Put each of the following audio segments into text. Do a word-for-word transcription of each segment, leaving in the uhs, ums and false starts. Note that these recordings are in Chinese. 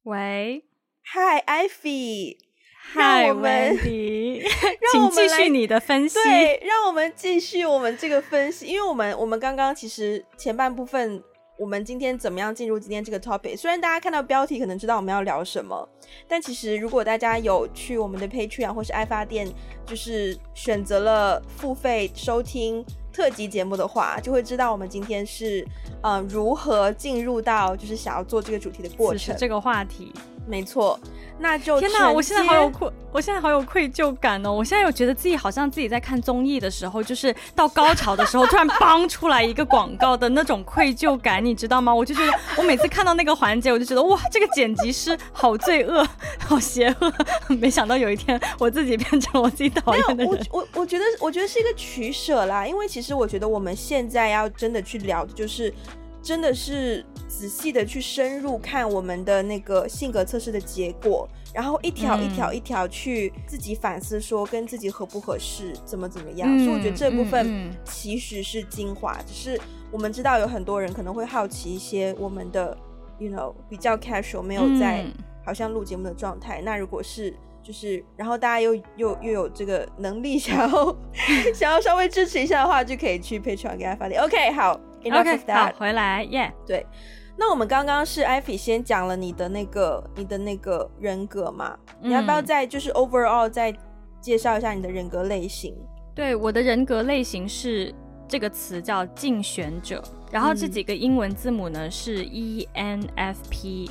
喂， 嗨 Ivy， 嗨让我们 Wendy 请继续你的分析。 对，让我们继续我们这个分析，因为我们我们刚刚其实前半部分我们今天怎么样进入今天这个 topic， 虽然大家看到标题可能知道我们要聊什么，但其实如果大家有去我们的 Patreon 或是爱发电，就是选择了付费收听特辑节目的话，就会知道我们今天是、呃、如何进入到就是想要做这个主题的过程， 此时这个话题。 没错，那就天哪，我现在好有愧，我现在好有愧疚感哦！我现在有觉得自己好像自己在看综艺的时候，就是到高潮的时候，突然邦出来一个广告的那种愧疚感，你知道吗？我就觉得，我每次看到那个环节，我就觉得哇，这个剪辑师好罪恶，好邪恶。没想到有一天我自己变成我自己讨厌的人。 我我我觉得，我觉得是一个取舍啦，因为其实我觉得我们现在要真的去聊的就是。真的是仔细的去深入看我们的那个性格测试的结果，然后一条一条一条去自己反思说跟自己合不合适，怎么怎么样、嗯、所以我觉得这部分其实是精华、嗯嗯、只是我们知道有很多人可能会好奇一些我们的 you know 比较 casual 没有在好像录节目的状态、嗯、那如果是就是然后大家又又又有这个能力想要想要稍微支持一下的话，就可以去 Patreon 给他发点 OK 好 OK， 好，回来耶。 Yeah. 对，那我们刚刚是 Ivy 先讲了你的那个你的那个人格嘛、嗯、你要不要再就是 overall 再介绍一下你的人格类型？ 对，我的人格类型是这个词叫竞选者，然后这几个英文字母呢、嗯、是 E N F P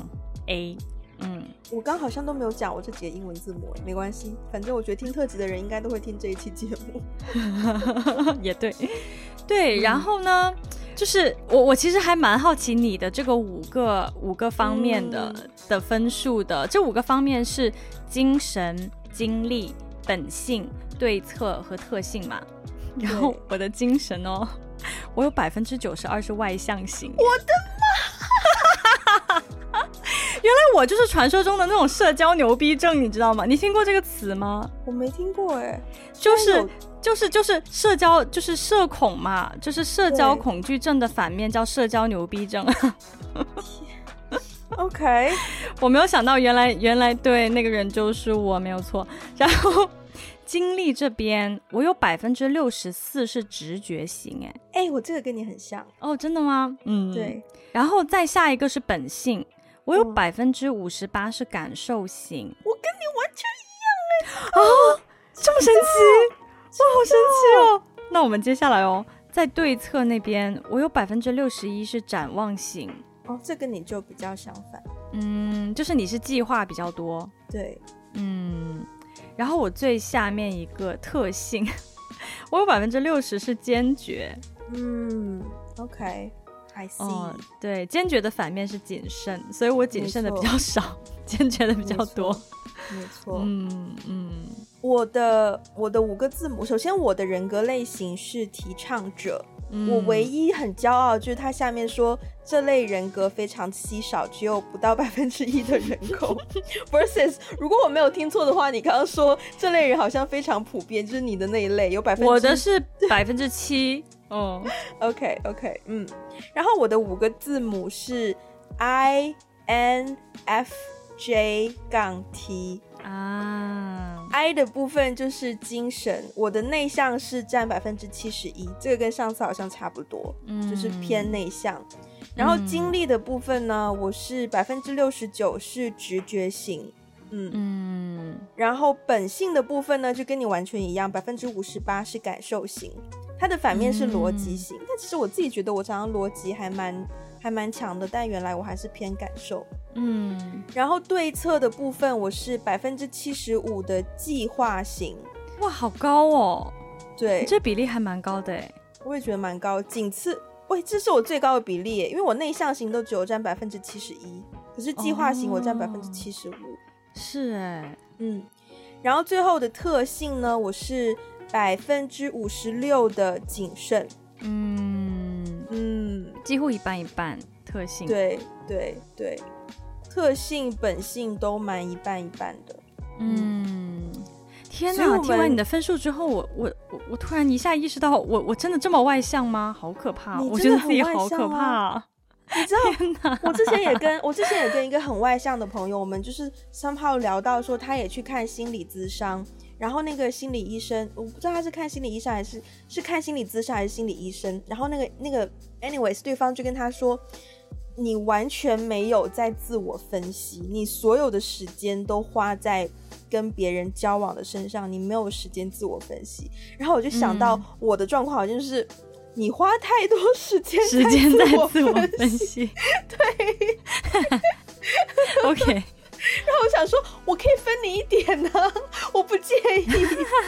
A。 嗯， 我刚好像都没有讲我这几个英文字母，没关系，反正我觉得听特辑的人应该都会听这一期节目。 也对对、嗯、然后呢就是我我其实还蛮好奇你的这个五个五个方面的、嗯、的分数的。这五个方面是精神、精力、本性、对策和特性嘛。然后我的精神哦，我有百分之九十二是外向型。 我的妈！ 原来我就是传说中的那种社交牛逼症，你知道吗？你听过这个词吗？ 我没听过哎。 就是就是就是社交就是社恐嘛，就是社交恐惧症的反面叫社交牛逼症。 OK， 我没有想到原来原来对那个人就是我，没有错。然后精力这边我有百分之六十四是直觉型。哎哎、欸，我这个跟你很像哦。真的吗？嗯，对。然后再下一个是本性，我有百分之五十八是感受型。 我跟你完全一样哎、 欸！哦，这么神奇！哇，好神奇哦！那我们接下来哦，在对策那边，我有百分之六十一是展望型。 哦，这跟你就比较相反。 嗯，就是你是计划比较多。 对， 嗯。然后我最下面一个特性，我有百分之六十是坚决。 嗯 ，OK。I see、哦、 对，坚决的反面是谨慎，所以我谨慎的比较少，坚决的比较多。 没错， 嗯嗯。 我的我的五个字母，首先我的人格类型是提倡者、嗯、我唯一很骄傲就是它下面说这类人格非常稀少，只有不到百分之一的人口。versus 如果我没有听错的话，你刚刚说这类人好像非常普遍，就是你的那一类有百分之， 我的是百分之七。哦 ，OK OK， 嗯，然后我的五个字母是 I N F J T 啊 ，I 的部分就是精神，我的内向是占百分之七十一，这个跟上次好像差不多，嗯、就是偏内向。然后精力的部分呢，我是百分之六十九是直觉型。嗯嗯，然后本性的部分呢，就跟你完全一样，百分之五十八是感受型，它的反面是逻辑型、嗯。但其实我自己觉得我常常逻辑还蛮还蛮强的，但原来我还是偏感受。嗯，然后对策的部分，我是百分之七十五的计划型。 哇，好高哦！ 对， 这比例还蛮高的哎。 我也觉得蛮高，仅次，喂，这是我最高的比例耶，因为我内向型都只有占百分之七十一，可是计划型我占百分之七十五。 是哎， 嗯，然后最后的特性呢，我是百分之五十六的谨慎， 嗯嗯，几乎一半一半特性， 对对对，特性本性都蛮一半一半的， 嗯，天哪！听完你的分数之后，我我我我突然一下意识到我，我我真的这么外向吗？好可怕！ 你我觉得自己好可怕。 你知道我之前也跟我之前也跟一个很外向的朋友，我们就是 somehow 聊到说他也去看心理咨商，然后那个心理医生我不知道他是看心理医生还是是看心理咨商还是心理医生，然后那个那个 anyways 对方就跟他说，你完全没有在自我分析，你所有的时间都花在跟别人交往的身上，你没有时间自我分析。然后我就想到我的状况好像就是你花太多时间时间在自我分析对 OK 然后我想说我可以分你一点呢、啊，我不介意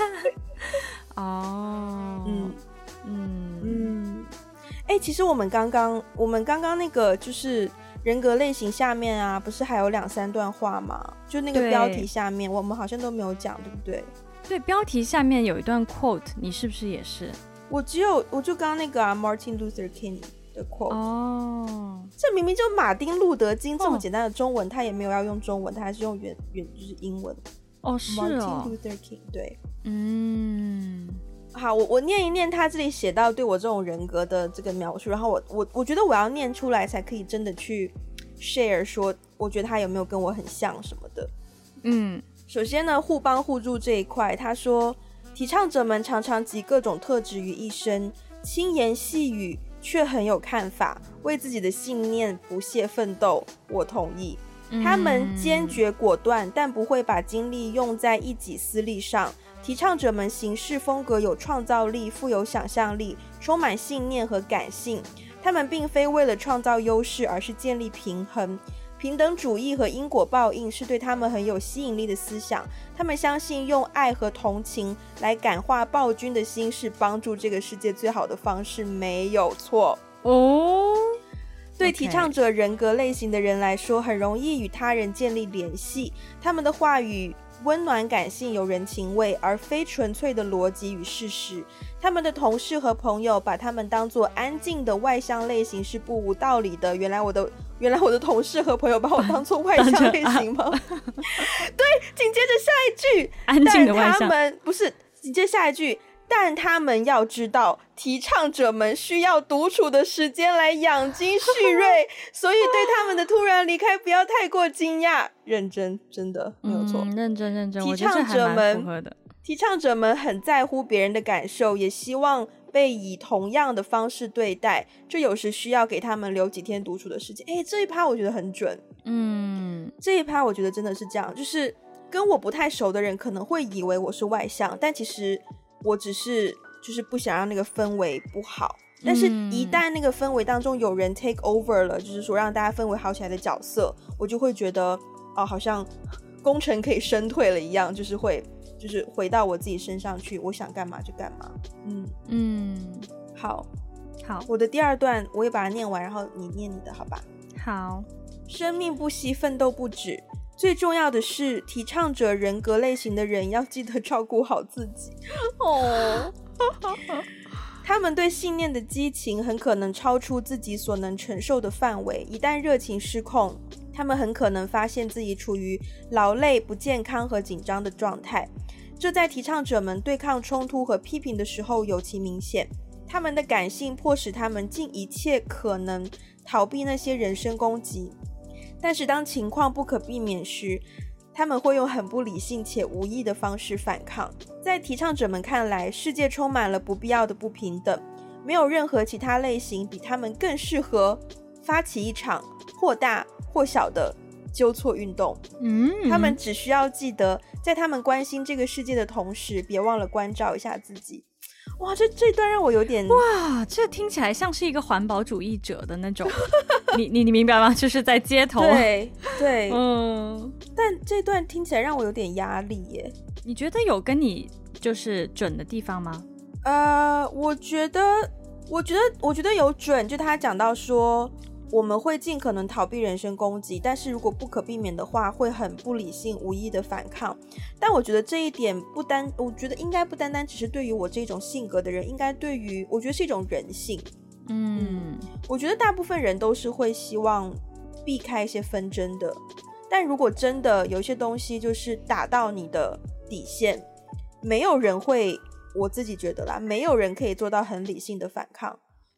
哦嗯嗯嗯哎、欸，其实我们刚刚我们刚刚那个就是人格类型下面啊，不是还有两三段话吗？就那个标题下面我们好像都没有讲，对不对？ 对，标题下面有一段 quote， 你是不是也是？ 我只有我就刚刚那个啊 Martin Luther King 的 quote 哦， 这明明就马丁路德金这么简单的中文、哦、他也没有要用中文，他还是用原原就是英文。 哦，是哦 Martin Luther King 对， 嗯， 好，我我念一念他这里写到对我这种人格的这个描述，然后我我我觉得我要念出来才可以真的去 share 说我觉得他有没有跟我很像什么的。嗯，首先呢，互帮互助这一块，他说提倡者们常常集各种特质于一身，轻言细语却很有看法，为自己的信念不懈奋斗，我同意。他们坚决果断，但不会把精力用在一己私利上。提倡者们行事风格有创造力，富有想象力，充满信念和感性。他们并非为了创造优势，而是建立平衡。平等主义和因果报应是对他们很有吸引力的思想。他们相信用爱和同情来感化暴君的心是帮助这个世界最好的方式，没有错哦。对提倡者人格类型的人来说，很容易与他人建立联系。他们的话语温暖感性，有人情味，而非纯粹的逻辑与事实。他们的同事和朋友把他们当作安静的外向类型是不无道理的。原来我的原来我的同事和朋友把我当作外向类型吗？对，紧接着下一句， 安静的外向。 但他们不是，紧接着下一句。但他们要知道，提倡者们需要独处的时间来养精蓄锐，所以对他们的突然离开不要太过惊讶。认真，真的没有错、 嗯、认真认真， 提倡者们我觉得这还蛮符合的。 提倡者们很在乎别人的感受，也希望被以同样的方式对待，这有时需要给他们留几天独处的时间。诶，这一趴我觉得很准。嗯，这一趴我觉得真的是这样，就是跟我不太熟的人可能会以为我是外向，但其实我只是就是不想让那个氛围不好，但是一旦那个氛围当中有人 take over 了，就是说让大家氛围好起来的角色，我就会觉得哦，好像功成可以身退了一样，就是会就是回到我自己身上去，我想干嘛就干嘛。嗯嗯，好好，我的第二段我也把它念完，然后你念你的好吧。 好， 生命不息，奋斗不止，最重要的是提倡者人格类型的人要记得照顾好自己哦。他们对信念的激情很可能超出自己所能承受的范围，一旦热情失控，他们很可能发现自己处于劳累、不健康和紧张的状态，这在提倡者们对抗冲突和批评的时候尤其明显。他们的感性迫使他们尽一切可能逃避那些人身攻击，但是当情况不可避免时，他们会用很不理性且无意的方式反抗。在提倡者们看来，世界充满了不必要的不平等，没有任何其他类型比他们更适合发起一场或大或小的纠错运动。嗯，他们只需要记得，在他们关心这个世界的同时，别忘了关照一下自己。哇，这这段让我有点哇，这听起来像是一个环保主义者的那种，你你你明白吗？就是在街头， 对对，嗯，但这段听起来让我有点压力耶。 你觉得有跟你就是准的地方吗？ 呃，我觉得，我觉得，我觉得有准，就他讲到说，我们会尽可能逃避人身攻击，但是如果不可避免的话，会很不理性、无意的反抗。但我觉得这一点不单，我觉得应该不单单只是对于我这种性格的人，应该对于我觉得是一种人性。嗯，我觉得大部分人都是会希望避开一些纷争的，但如果真的有一些东西就是打到你的底线，没有人会，我自己觉得啦，没有人可以做到很理性的反抗。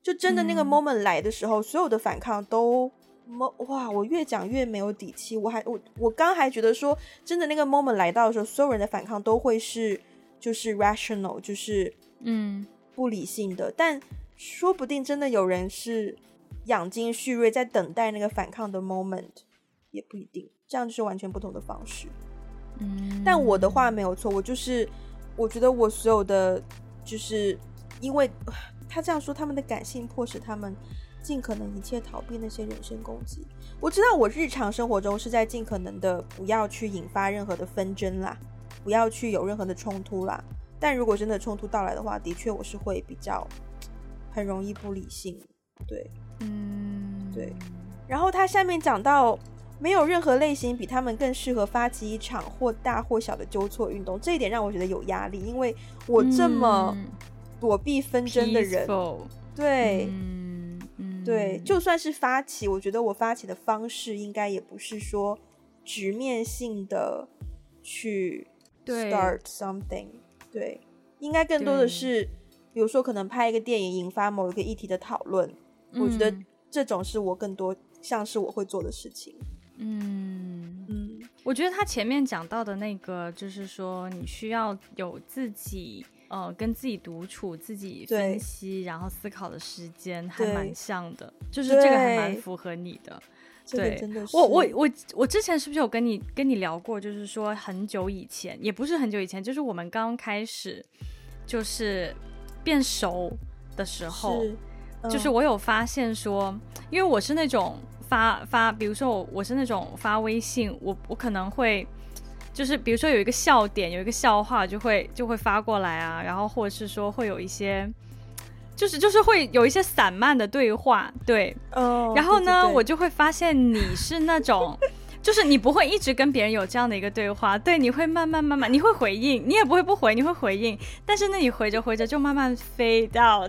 就真的那个 moment 来的时候、嗯、所有的反抗都哇，我越讲越没有底气。我还我我刚还觉得说真的那个 moment 来到的时候，所有人的反抗都会是就是 rational， 就是嗯不理性的、嗯、但说不定真的有人是养精蓄锐在等待那个反抗的 moment， 也不一定，这样就是完全不同的方式。嗯，但我的话没有错，我就是我觉得我所有的就是因为他这样说，他们的感性迫使他们尽可能一切逃避那些人身攻击。我知道我日常生活中是在尽可能的不要去引发任何的纷争啦，不要去有任何的冲突啦，但如果真的冲突到来的话，的确我是会比较很容易不理性。对，嗯，对。然后他下面讲到没有任何类型比他们更适合发起一场或大或小的纠错运动，这一点让我觉得有压力，因为我这么躲避纷争的人、嗯、对、嗯嗯、对，就算是发起，我觉得我发起的方式应该也不是说直面性的去 start something， 对，应该更多的是比如说可能拍一个电影引发某一个议题的讨论、嗯、我觉得这种是我更多像是我会做的事情。 嗯嗯，我觉得他前面讲到的那个就是说你需要有自己呃跟自己独处，自己分析然后思考的时间还蛮像的，就是这个还蛮符合你的。对， 真的是我我我我之前是不是有跟你跟你聊过，就是说很久以前，也不是很久以前，就是我们刚开始就是变熟的时候，是、嗯、就是我有发现说，因为我是那种发发，比如说我我是那种发微信，我我可能会就是比如说有一个笑点，有一个笑话就会就会发过来啊，然后或者是说会有一些就是就是会有一些散漫的对话，对，哦，然后呢，对对对，我就会发现你是那种就是你不会一直跟别人有这样的一个对话，对，你会慢慢慢慢，你会回应，你也不会不回，你会回应，但是那你回着回着就慢慢飞到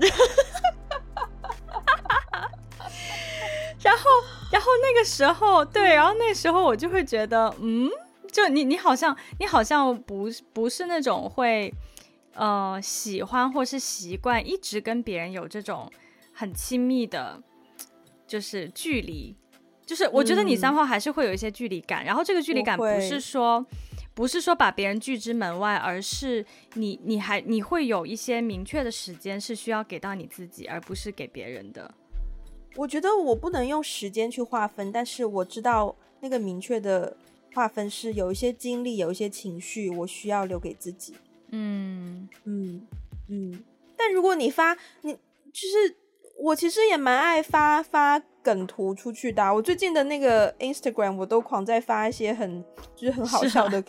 然后然后那个时候，对，然后那时候我就会觉得嗯，就你你好像你好像不不是那种会呃喜欢或是习惯一直跟别人有这种很亲密的就是距离，就是我觉得你三号还是会有一些距离感、嗯、然后这个距离感不是说不是说把别人拒之门外，而是你你还你会有一些明确的时间是需要给到你自己，而不是给别人的。 我觉得我不能用时间去划分，但是我知道那个明确的划分是有一些经历有一些情绪我需要留给自己。嗯嗯嗯。但如果你发你就是我其实也蛮爱发发梗图出去的、啊、我最近的那个 Instagram 我都狂在发一些很就是很好笑的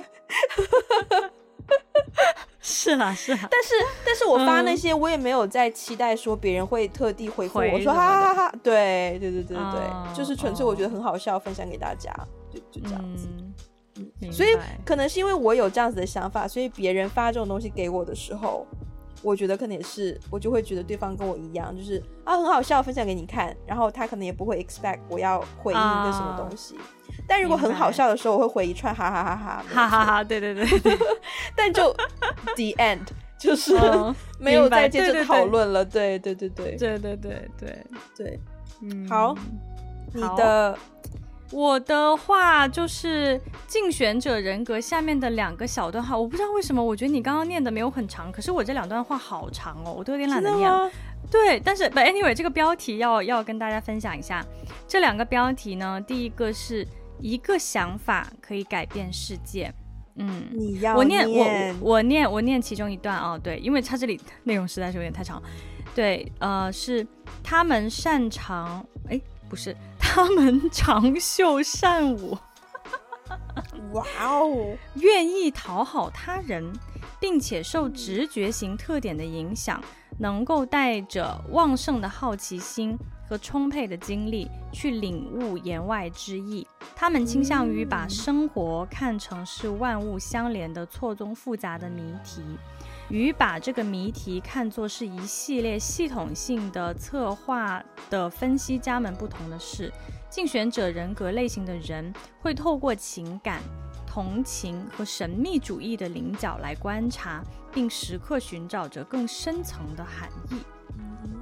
是啊是啊， 但是但是我发那些、嗯、我也没有在期待说别人会特地回复我说哈哈哈哈，对对对对对对、哦、就是纯粹我觉得很好笑、哦、分享给大家，就就这样子。嗯嗯、所以可能是因为我有这样子的想法，所以别人发这种东西给我的时候，我觉得可能也是我就会觉得对方跟我一样，就是啊很好笑分享给你看，然后他可能也不会 expect 我要回应一个什么东西、啊，但如果很好笑的时候我会回一串哈哈哈哈哈哈哈，对对对对但就 the end 就是、嗯、没有再接着讨论了，对对对对对对对对对， 嗯，好，你的我的话就是竞选者人格下面的两个小段话，我不知道为什么我觉得你刚刚念的没有很长，可是我这两段话好长哦，我都有点懒得念了。对，但是 but anyway 这个标题要要跟大家分享一下，这两个标题呢，第一个是一个想法可以改变世界。嗯， 你要我念我我念我念其中一段哦，对，因为它这里内容实在是有点太长。对，呃，是他们擅长，哎，不是，他们长袖善舞。 哇哦！ 愿意讨好他人，并且受直觉型特点的影响，能够带着旺盛的好奇心和充沛的精力去领悟言外之意。他们倾向于把生活看成是万物相连的错综复杂的谜题，与把这个谜题看作是一系列系统性的策划的分析家们不同的是，竞选者人格类型的人会透过情感、同情和神秘主义的棱角来观察，并时刻寻找着更深层的含义。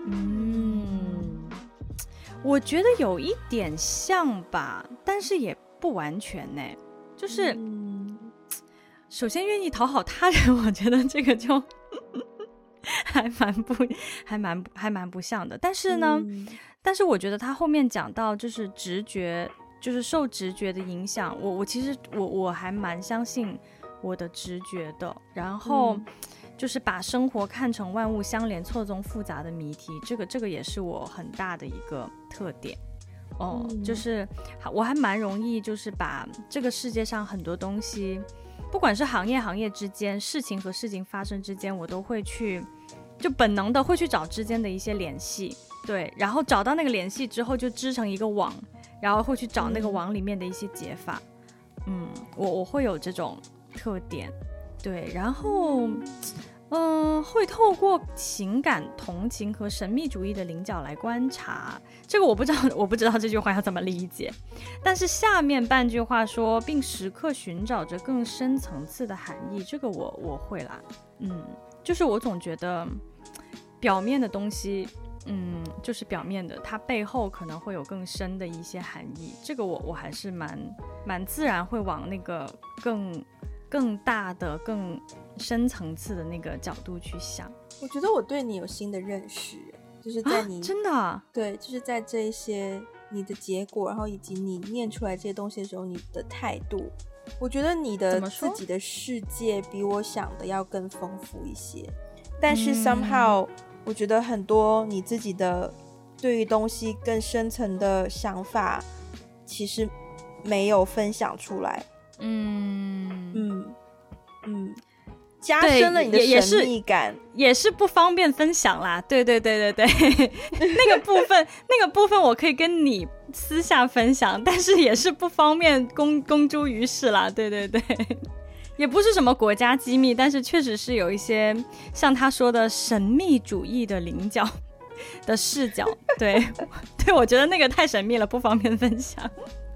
嗯，我觉得有一点像吧，但是也不完全呢。就是、嗯、首先愿意讨好他人，我觉得这个就还蛮不还蛮还蛮不像的。但是呢、嗯、但是我觉得他后面讲到就是直觉，就是受直觉的影响，我我其实我我还蛮相信我的直觉的。然后、嗯、就是把生活看成万物相连、错综复杂的谜题，这个这个也是我很大的一个特点。哦、嗯，就是我还蛮容易就是把这个世界上很多东西，不管是行业行业之间，事情和事情发生之间，我都会去就本能的会去找之间的一些联系，对，然后找到那个联系之后就织成一个网，然后会去找那个网里面的一些解法。嗯，我我会有这种特点，对，然后嗯、呃，会透过情感、同情和神秘主义的棱角来观察。这个我不知道，我不知道这句话要怎么理解。但是下面半句话说，并时刻寻找着更深层次的含义，这个我我会啦。嗯，就是我总觉得表面的东西，嗯，就是表面的，它背后可能会有更深的一些含义。这个我我还是蛮蛮自然会往那个更更大的、更深层次的那个角度去想。 我觉得我对你有新的认识，就是在你、 啊、真的、啊、 对，就是在这一些你的结果，然后以及你念出来这些东西的时候，你的态度，我觉得你的自己的世界比我想的要更丰富一些。但是 somehow、嗯、我觉得很多你自己的对于东西更深层的想法，其实没有分享出来。嗯嗯嗯，加深了你的神秘感， 也 是, 也是不方便分享啦。对对对对对，那个部分那个部分我可以跟你私下分享，但是也是不方便公公诸于世啦。对对对，也不是什么国家机密，但是确实是有一些像他说的神秘主义的棱角的视角。对对，我觉得那个太神秘了，不方便分享。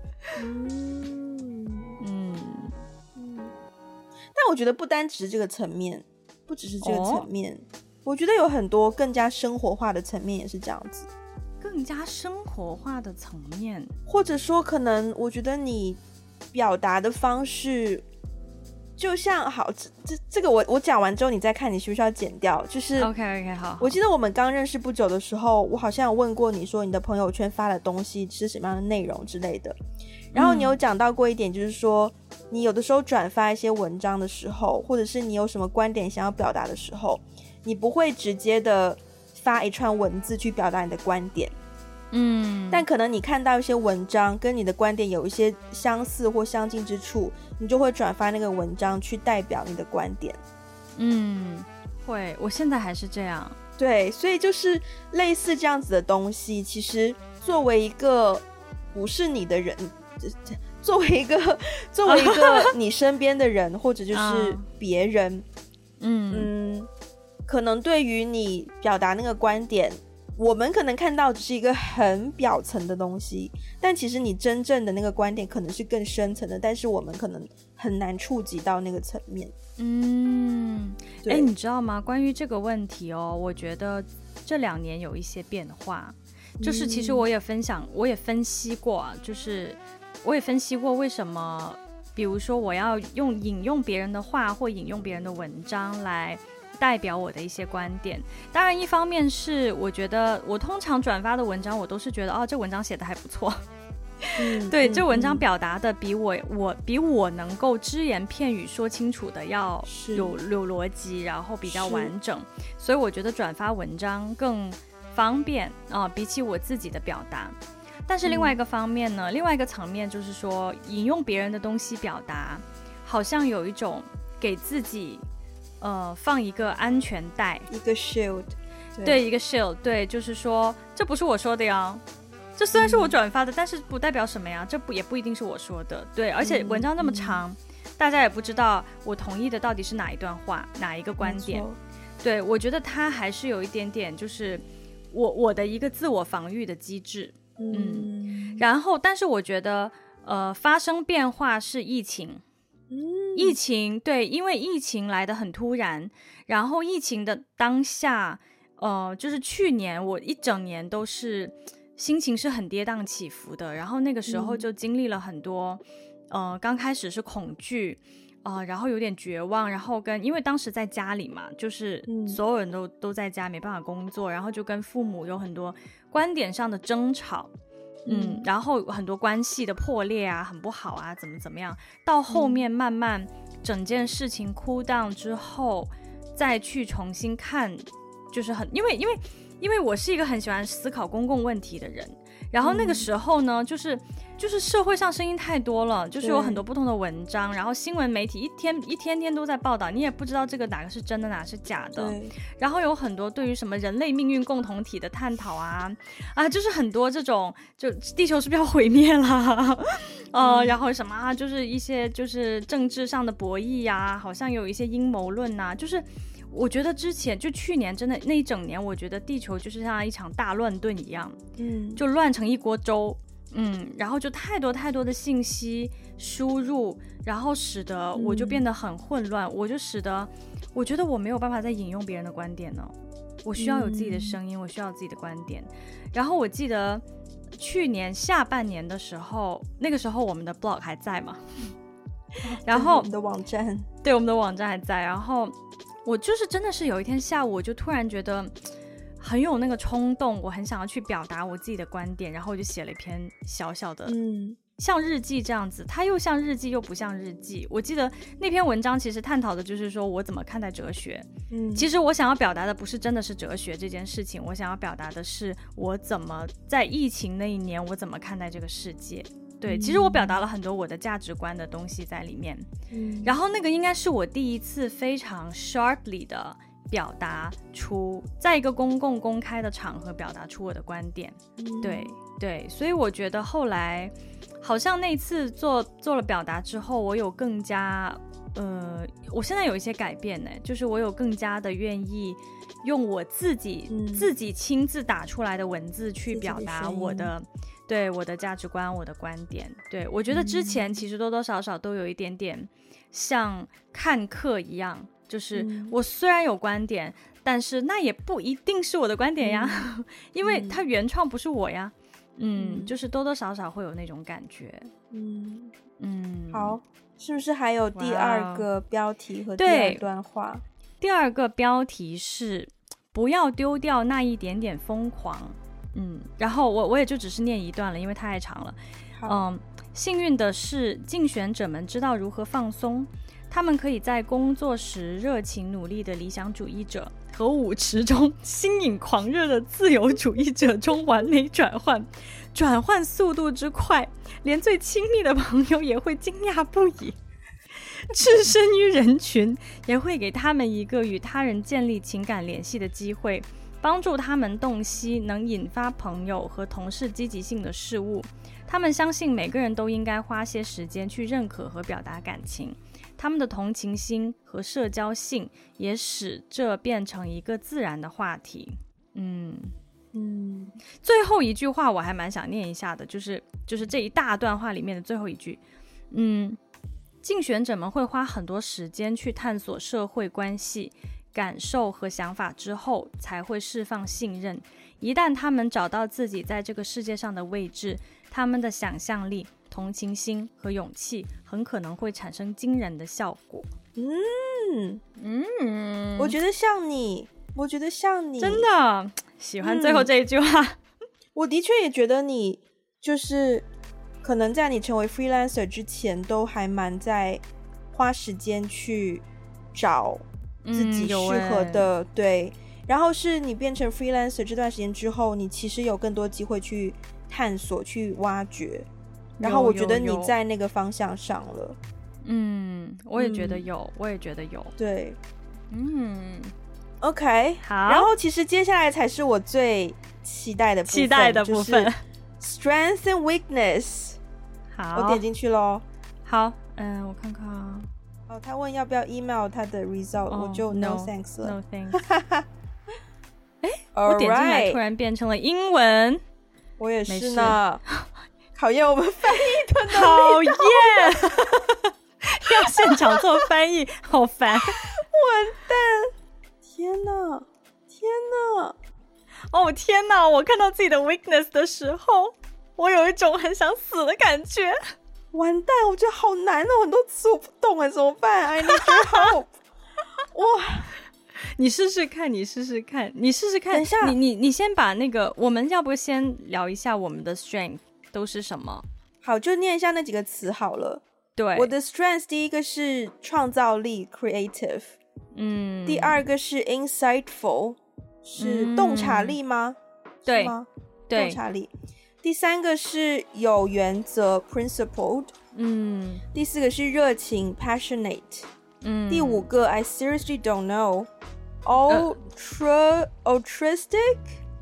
但我觉得不单只是这个层面，不只是这个层面、哦、我觉得有很多更加生活化的层面也是这样子。 更加生活化的层面， 或者说可能我觉得你表达的方式就像好这这这个我我讲完之后你再看你需不需要剪掉。就是 OK OK 好, 好， 我记得我们刚认识不久的时候，我好像有问过你说你的朋友圈发的东西是什么样的内容之类的，然后你有讲到过一点，就是说、嗯、你有的时候转发一些文章的时候，或者是你有什么观点想要表达的时候，你不会直接的发一串文字去表达你的观点，嗯，但可能你看到一些文章跟你的观点有一些相似或相近之处，你就会转发那个文章去代表你的观点。 嗯，会，我现在还是这样。 对，所以就是类似这样子的东西，其实作为一个不是你的人，作为一个作为一个你身边的人或者就是别人，嗯嗯，可能对于你表达那个观点，我们可能看到只是一个很表层的东西，但其实你真正的那个观点可能是更深层的，但是我们可能很难触及到那个层面。 嗯，哎，你知道吗？关于这个问题哦，我觉得这两年有一些变化，就是其实我也分享，我也分析过，就是我也分析过为什么，比如说我要用引用别人的话或引用别人的文章来代表我的一些观点。当然一方面是我觉得我通常转发的文章我都是觉得哦，这文章写得还不错，嗯、对、嗯、这文章表达的比我我比我能够只言片语说清楚的要有有逻辑，然后比较完整，所以我觉得转发文章更方便啊、呃，比起我自己的表达。但是另外一个方面呢、嗯、另外一个层面就是说，引用别人的东西表达好像有一种给自己呃放一个安全带， 一个 shield， 对, 对一个 shield， 对，就是说这不是我说的呀，这虽然是我转发的、嗯、但是不代表什么呀，这不也不一定是我说的，对，而且文章那么长、嗯、大家也不知道我同意的到底是哪一段话哪一个观点，对，我觉得它还是有一点点就是我我的一个自我防御的机制，嗯，然后但是我觉得呃发生变化是疫情，嗯，疫情对，因为疫情来得很突然，然后疫情的当下呃，就是去年我一整年都是心情是很跌宕起伏的，然后那个时候就经历了很多，嗯、呃，刚开始是恐惧。呃，然后有点绝望，然后跟因为当时在家里嘛，就是所有人都、嗯、都在家，没办法工作，然后就跟父母有很多观点上的争吵，嗯，嗯然后很多关系的破裂啊，很不好啊，怎么怎么样，到后面慢慢整件事情 cool down 之后，再去重新看，就是很因为因为因为我是一个很喜欢思考公共问题的人，然后那个时候呢，嗯、就是。就是社会上声音太多了，就是有很多不同的文章，然后新闻媒体一天一天天都在报道，你也不知道这个哪个是真的哪是假的，然后有很多对于什么人类命运共同体的探讨啊啊，就是很多这种就地球是不是要毁灭啦呃、嗯，然后什么啊，就是一些就是政治上的博弈呀、啊，好像有一些阴谋论呐，就是我觉得之前就去年真的那一整年，我觉得地球就是像一场大乱炖一样，嗯，就乱成一锅粥。嗯，然后就太多太多的信息输入，然后使得我就变得很混乱、嗯、我就使得我觉得我没有办法再引用别人的观点了，我需要有自己的声音、嗯、我需要有自己的观点。然后我记得去年下半年的时候，那个时候我们的 blog 还在嘛，然后我们的网站对我们的网站还在，然后我就是真的是有一天下午我就突然觉得很有那个冲动，我很想要去表达我自己的观点，然后我就写了一篇小小的、嗯、像日记这样子，它又像日记又不像日记。我记得那篇文章其实探讨的就是说我怎么看待哲学、嗯、其实我想要表达的不是真的是哲学这件事情，我想要表达的是我怎么在疫情那一年我怎么看待这个世界。对，其实我表达了很多我的价值观的东西在里面、嗯、然后那个应该是我第一次非常 sharply 的表达出在一个公共公开的场合表达出我的观点、嗯、对对，所以我觉得后来好像那次做做了表达之后，我有更加呃，我现在有一些改变呢，就是我有更加的愿意用我自己、嗯、自己亲自打出来的文字去表达我的对我的价值观我的观点。对，我觉得之前其实多多少少都有一点点像看课一样，就是我虽然有观点、嗯、但是那也不一定是我的观点呀、嗯、因为它原创不是我呀。 嗯, 嗯就是多多少少会有那种感觉。嗯嗯，好，是不是还有第二个标题和第二段话？ 第二个标题是不要丢掉那一点点疯狂。嗯，然后我我也就只是念一段了，因为太长了。嗯，幸运的是竞选者们知道如何放松，他们可以在工作时热情努力的理想主义者和舞池中新颖狂热的自由主义者中完美转换，转换速度之快，连最亲密的朋友也会惊讶不已。置身于人群也会给他们一个与他人建立情感联系的机会，帮助他们洞悉能引发朋友和同事积极性的事物。他们相信每个人都应该花些时间去认可和表达感情，他们的同情心和社交性也使这变成一个自然的话题。嗯嗯，最后一句话我还蛮想念一下的，就是就是这一大段话里面的最后一句。嗯，竞选者们会花很多时间去探索社会关系、感受和想法之后，才会释放信任。一旦他们找到自己在这个世界上的位置，他们的想象力、同情心和勇气很可能会产生惊人的效果。 嗯嗯，我觉得像你，我觉得像你， 真的喜欢最后这一句话。 嗯、我的确也觉得你就是可能在你成为 freelancer 之前，都还蛮在花时间去找自己适合的、嗯欸、对，然后是你变成 freelancer 这段时间之后，你其实有更多机会去探索去挖掘，然后我觉得你在那个方向上了。 嗯，我也觉得有、嗯、我也觉得有。 对，嗯 OK 好，然后其实接下来才是我最期待的部分， 期待的部分、就是、 Strength and Weakness。 好，我点进去咯。 好，嗯，我看看啊。 哦，他问要不要 email 他的 result、oh, 我就 no, no thanks 了 no thanks 哎、我点进来突然变成了英文。 我也是呢，考验我们翻译的能力。 讨厌要现场做翻译好烦。 完蛋，天哪天哪， 哦天哪，我看到自己的 weakness 的时候，我有一种很想死的感觉。 完蛋，我觉得好难哦，很多词我不懂哎，怎么办 ？I need your help 哇， 你试试看，你试试看，你试试看。 等一下， 你你你先把那个，我们要不先聊一下我们的 strength 都是什么？ 好，就念一下那几个词好了。 对， 我的 strength 第一个是创造力 creative， 嗯，第二个是 insightful， 是洞察力吗？嗯、 对吗？ 对， 洞察力。第三个是有原则 principled， 嗯，第四个是热情 passionate， 嗯，第五个 I seriously don't know Ultra、uh, altruistic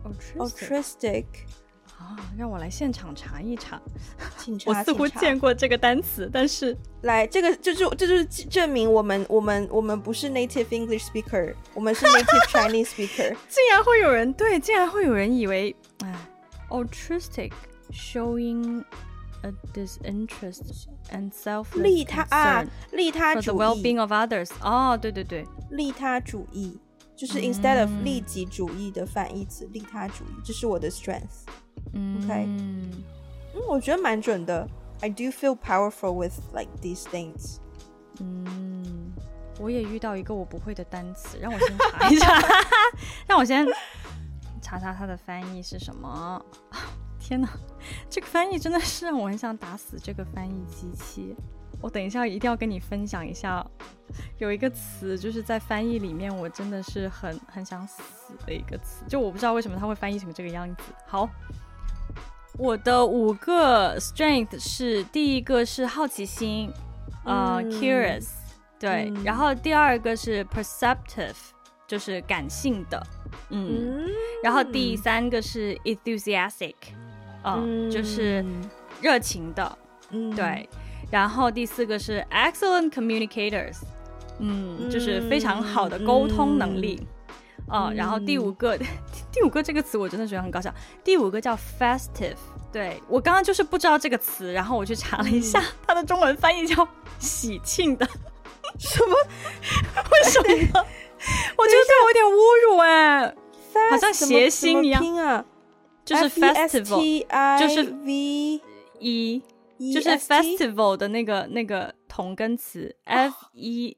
altruistic 啊，让我来现场查一查。 请查， 我似乎见过这个单词，但是来，这个这就这就是证明我们我们我们不是 native English speaker， 我们是 native Chinese speaker。 竟然会有人对，竟然会有人以为，哎 altruistic showing a disinterest and selfless 利他啊，利他主义 for the well-being of others。哦，对对对， 利他主义就是 instead of 利己主义的反义词，利他主义，这是我的 strength。嗯 ，OK， 嗯，我觉得蛮准的。I do feel powerful with like these things。 嗯，我也遇到一个我不会的单词，让我先查一查，让我先查查它的翻译是什么。天哪，这个翻译真的是让我很想打死这个翻译机器。我等一下一定要跟你分享一下，有一个词就是在翻译里面我真的是很很想死的一个词，就我不知道为什么它会翻译成这个样子。好，我的五个 strength 是第一个是好奇心，呃、嗯 curious， 对、嗯，然后第二个是 perceptive， 就是感性的，嗯，嗯然后第三个是 enthusiastic， 嗯，嗯就是热情的，嗯，对。然后第四个是 excellent communicators， 嗯，就是非常好的沟通能力，嗯，呃、然后第五个，第五个这个词我真的觉得很搞笑，第五个叫 festive， 对，我刚刚就是不知道这个词，然后我去查了一下，嗯、它的中文翻译叫喜庆的， 什么？ 为什么？我觉得这有点侮辱哎，好像谐星一样， 拼啊， 就是 festival， 就是 v e。就是 festival 的那个那个同根词 f e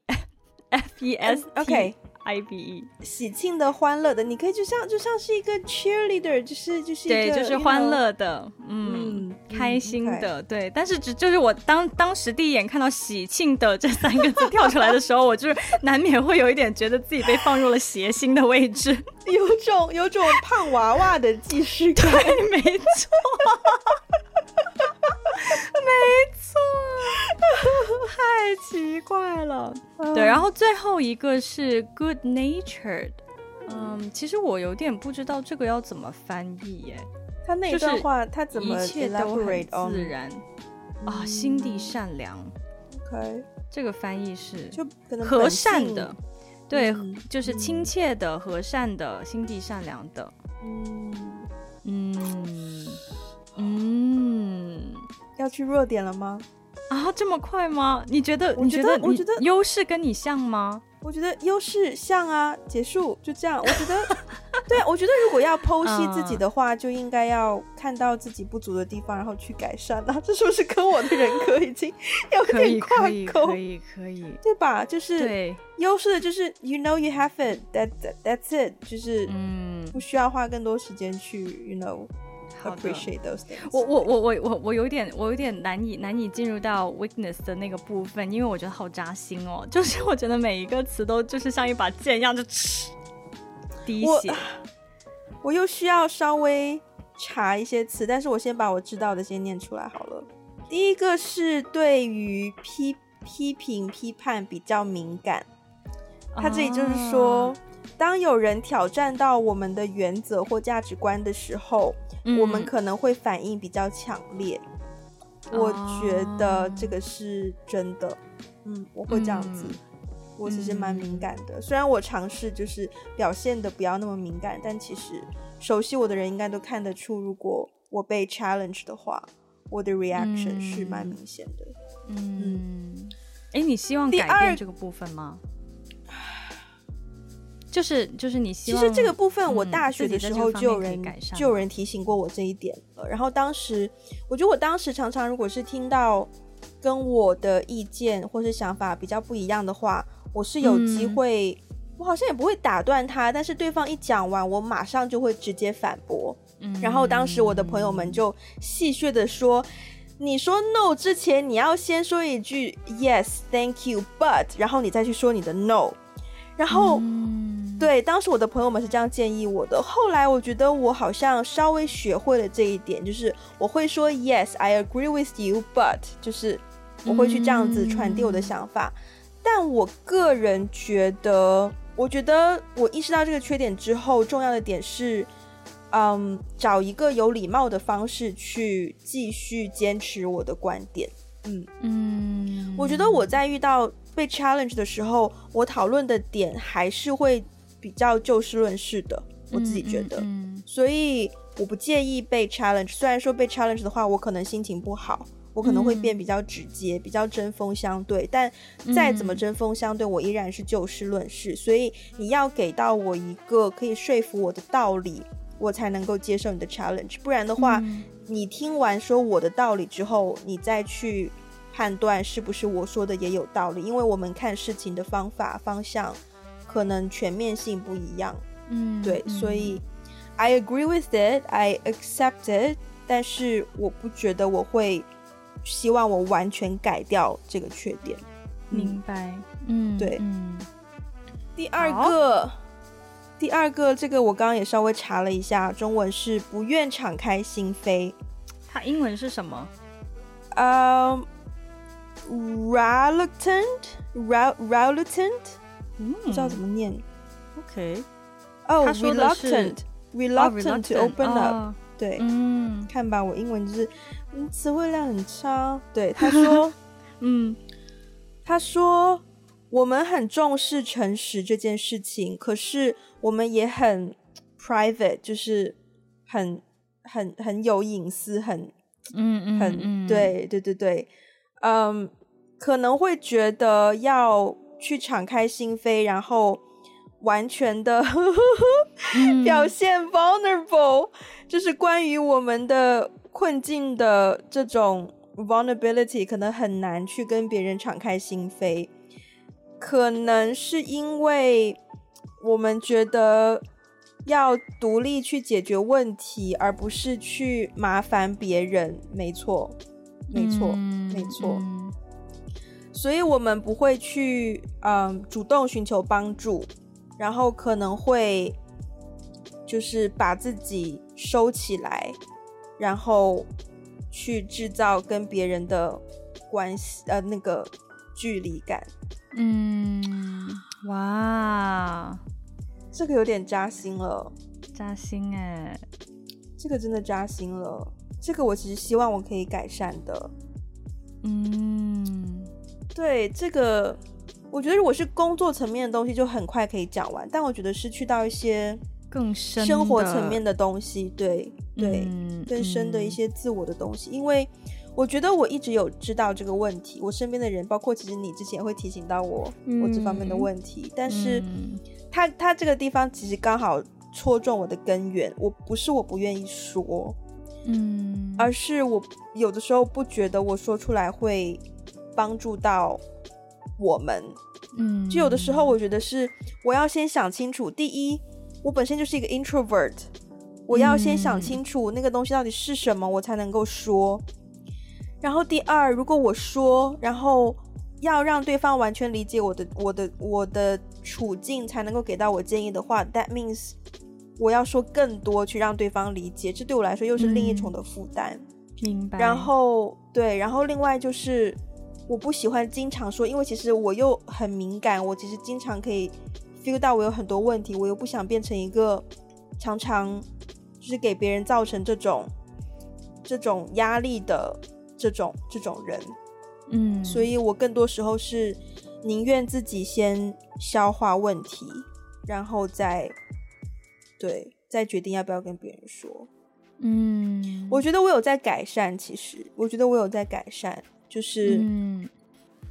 f e s t i v e， 喜庆的欢乐的，你可以就像就像是一个 cheerleader， 就是就是一个对，就是欢乐的，嗯，嗯开心的，嗯 okay. 对。但是只就是我当当时第一眼看到喜庆的这三个字跳出来的时候，我就是难免会有一点觉得自己被放入了谐星的位置， 有种有种胖娃娃的既视感， 对，没错。没错，太奇怪了。对，然后最后一个是 good natured， 嗯，其实我有点不知道这个要怎么翻译耶。 他那一段话，他怎么一切都很自然啊，心地善良。 OK， 这个翻译是就可能和善的，对，嗯、就是亲切的、和善的、心地善良的。嗯嗯嗯。 要去弱点了吗？ 啊，这么快吗？你觉得？ 我觉得，我觉得优势跟你像吗？ 我觉得优势像啊，结束就这样。我觉得，对，我觉得如果要剖析自己的话，嗯、就应该要看到自己不足的地方，然后去改善啊。这是不是跟我的人格已经有点挂钩？ 可以，可以， 对吧？就是对优势的，就是 you know you have it, that, that that's it， 就是嗯，不需要花更多时间去 you know。appreciate those things。 我我我我我我有点我有点难以难以进入到 weakness 的那个部分，因为我觉得好扎心哦。就是我觉得每一个词都就是像一把剑一样，就滴血。 我, 我又需要稍微查一些词，但是我先把我知道的先念出来好了。第一个是对于批批评批判比较敏感，他这里就是说、啊、当有人挑战到我们的原则或价值观的时候，嗯、我们可能会反应比较强烈。我觉得这个是真的，嗯，我会这样子。嗯、我其实蛮敏感的、嗯，虽然我尝试就是表现的不要那么敏感，但其实熟悉我的人应该都看得出，如果我被 challenge 的话，我的 reaction 是蛮明显的。嗯， 哎、嗯，你希望改变这个部分吗？ 就是就是你希望， 其实这个部分我大学的时候就有人、 嗯、 就有人提醒过我这一点了。然后当时我觉得我当时常常如果是听到跟我的意见或是想法比较不一样的话，我是有机会、嗯、我好像也不会打断他，但是对方一讲完我马上就会直接反驳、嗯、然后当时我的朋友们就戏谑的说，你说 no 之前你要先说一句 yes thank you but 然后你再去说你的 no。然后、嗯、对，当时我的朋友们是这样建议我的，后来我觉得我好像稍微学会了这一点，就是我会说 yes I agree with you but 就是我会去这样子传递我的想法、嗯、但我个人觉得我觉得我意识到这个缺点之后，重要的点是嗯，找一个有礼貌的方式去继续坚持我的观点。嗯嗯，我觉得我在遇到被 challenge 的时候，我讨论的点还是会比较就事论事的，我自己觉得、嗯嗯嗯、所以我不介意被 challenge， 虽然说被 challenge 的话我可能心情不好，我可能会变比较直接、嗯、比较针锋相对，但再怎么针锋相对、嗯、我依然是就事论事，所以你要给到我一个可以说服我的道理，我才能够接受你的 challenge， 不然的话、嗯、你听完说我的道理之后，你再去判断是不是我说的也有道理，因为我们看事情的方法方向可能全面性不一样。嗯，对，嗯、所以 I agree with it I accept it， 但是我不觉得我会希望我完全改掉这个缺点。 明白。嗯， 对。 嗯， 第二个第二个这个我刚刚也稍微查了一下，中文是不愿敞开心扉。 它英文是什么？ 呃、um, reluctant reluctant、嗯、不知道怎么念。 OK， 哦、oh, reluctant reluctant、oh, to open up、oh, 对、 嗯、 看吧，我英文就是词汇量很差。对，他说嗯，他说我们很重视诚实这件事情，可是我们也很 private， 就是很很很有隐私，很嗯嗯很嗯， 对对对对，嗯，可能会觉得要去敞开心扉，然后完全的表现 vulnerable，、嗯、就是关于我们的困境的这种 vulnerability， 可能很难去跟别人敞开心扉。可能是因为我们觉得要独立去解决问题，而不是去麻烦别人。没错没错、嗯、没错、嗯、所以我们不会去、嗯、主动寻求帮助，然后可能会就是把自己收起来，然后去制造跟别人的关系呃那个距离感。 嗯，哇， 这个有点扎心了， 扎心耶， 这个真的扎心了，这个我其实希望我可以改善的。嗯，对，这个我觉得如果是工作层面的东西就很快可以讲完，但我觉得是去到一些更深生活层面的东西，对对、嗯，更深的一些自我的东西、嗯、因为我觉得我一直有知道这个问题，我身边的人包括其实你之前会提醒到我、嗯、我这方面的问题，但是他他这个地方其实刚好戳中我的根源，我不是我不愿意说，嗯，而是我有的时候不觉得我说出来会帮助到我们，嗯，就有的时候我觉得是我要先想清楚，第一我本身就是一个 introvert， 我要先想清楚那个东西到底是什么我才能够说，然后第二如果我说然后要让对方完全理解我的我的我的处境才能够给到我建议的话， that means 我要说更多去让对方理解，这对我来说又是另一重的负担、嗯、 明白。 然后对，然后另外就是我不喜欢经常说，因为其实我又很敏感，我其实经常可以 feel 到我有很多问题，我又不想变成一个常常就是给别人造成这种这种压力的这种这种人，嗯，所以我更多时候是宁愿自己先消化问题，然后再对再决定要不要跟别人说。嗯，我觉得我有在改善，其实我觉得我有在改善，就是、嗯、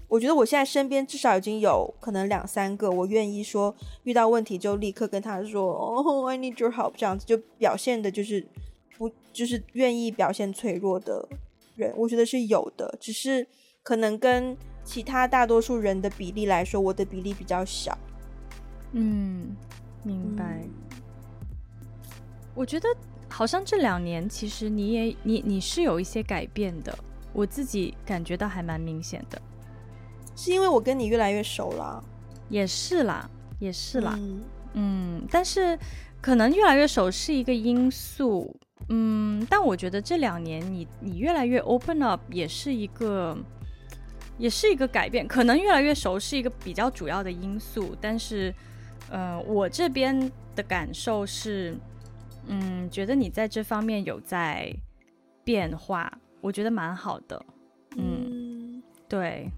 我觉得我现在身边至少已经有可能两三个我愿意说遇到问题就立刻跟他说哦 I need your help 这样子，就表现的就是不就是愿意表现脆弱的人，我觉得是有的，只是可能跟其他大多数人的比例来说，我的比例比较小。 嗯，明白。嗯、我觉得好像这两年其实你也你你是有一些改变的，我自己感觉到还蛮明显的。 是因为我跟你越来越熟了？ 也是啦，也是啦。嗯, 嗯，但是可能越来越熟是一个因素。嗯，但我觉得这两年你你越来越 open up 也是一个也是一个改变，可能越来越熟是一个比较主要的因素，但是呃，我这边的感受是嗯，觉得你在这方面有在变化，我觉得蛮好的。嗯，嗯对，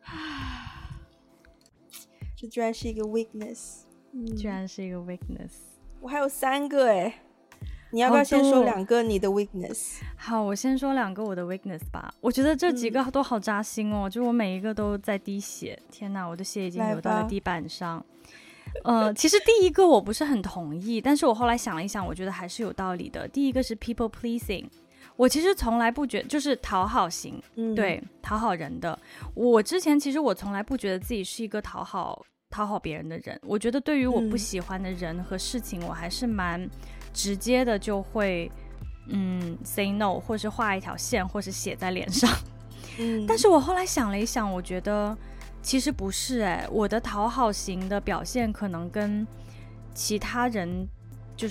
这居然是一个 weakness、嗯、 居然是一个 weakness。 我还有三个耶，你要不要先说两个你的 weakness？ 好，我先说两个我的 weakness 吧。我觉得这几个都好扎心哦、嗯、就我每一个都在滴血，天哪，我的血已经流到了地板上。呃，其实第一个我不是很同意，但是我后来想了一想，我觉得还是有道理的。第一个是 people pleasing， 我其实从来不觉得，就是讨好型、嗯、对，讨好人的。我之前其实我从来不觉得自己是一个讨好讨好别人的人，我觉得对于我不喜欢的人和事情、嗯、我还是蛮直接的，就会嗯 say no， 或是画一条线，或是写在脸上、嗯、但是我后来想了一想，我觉得其实不是哎、欸，我的讨好型的表现可能跟其他人就是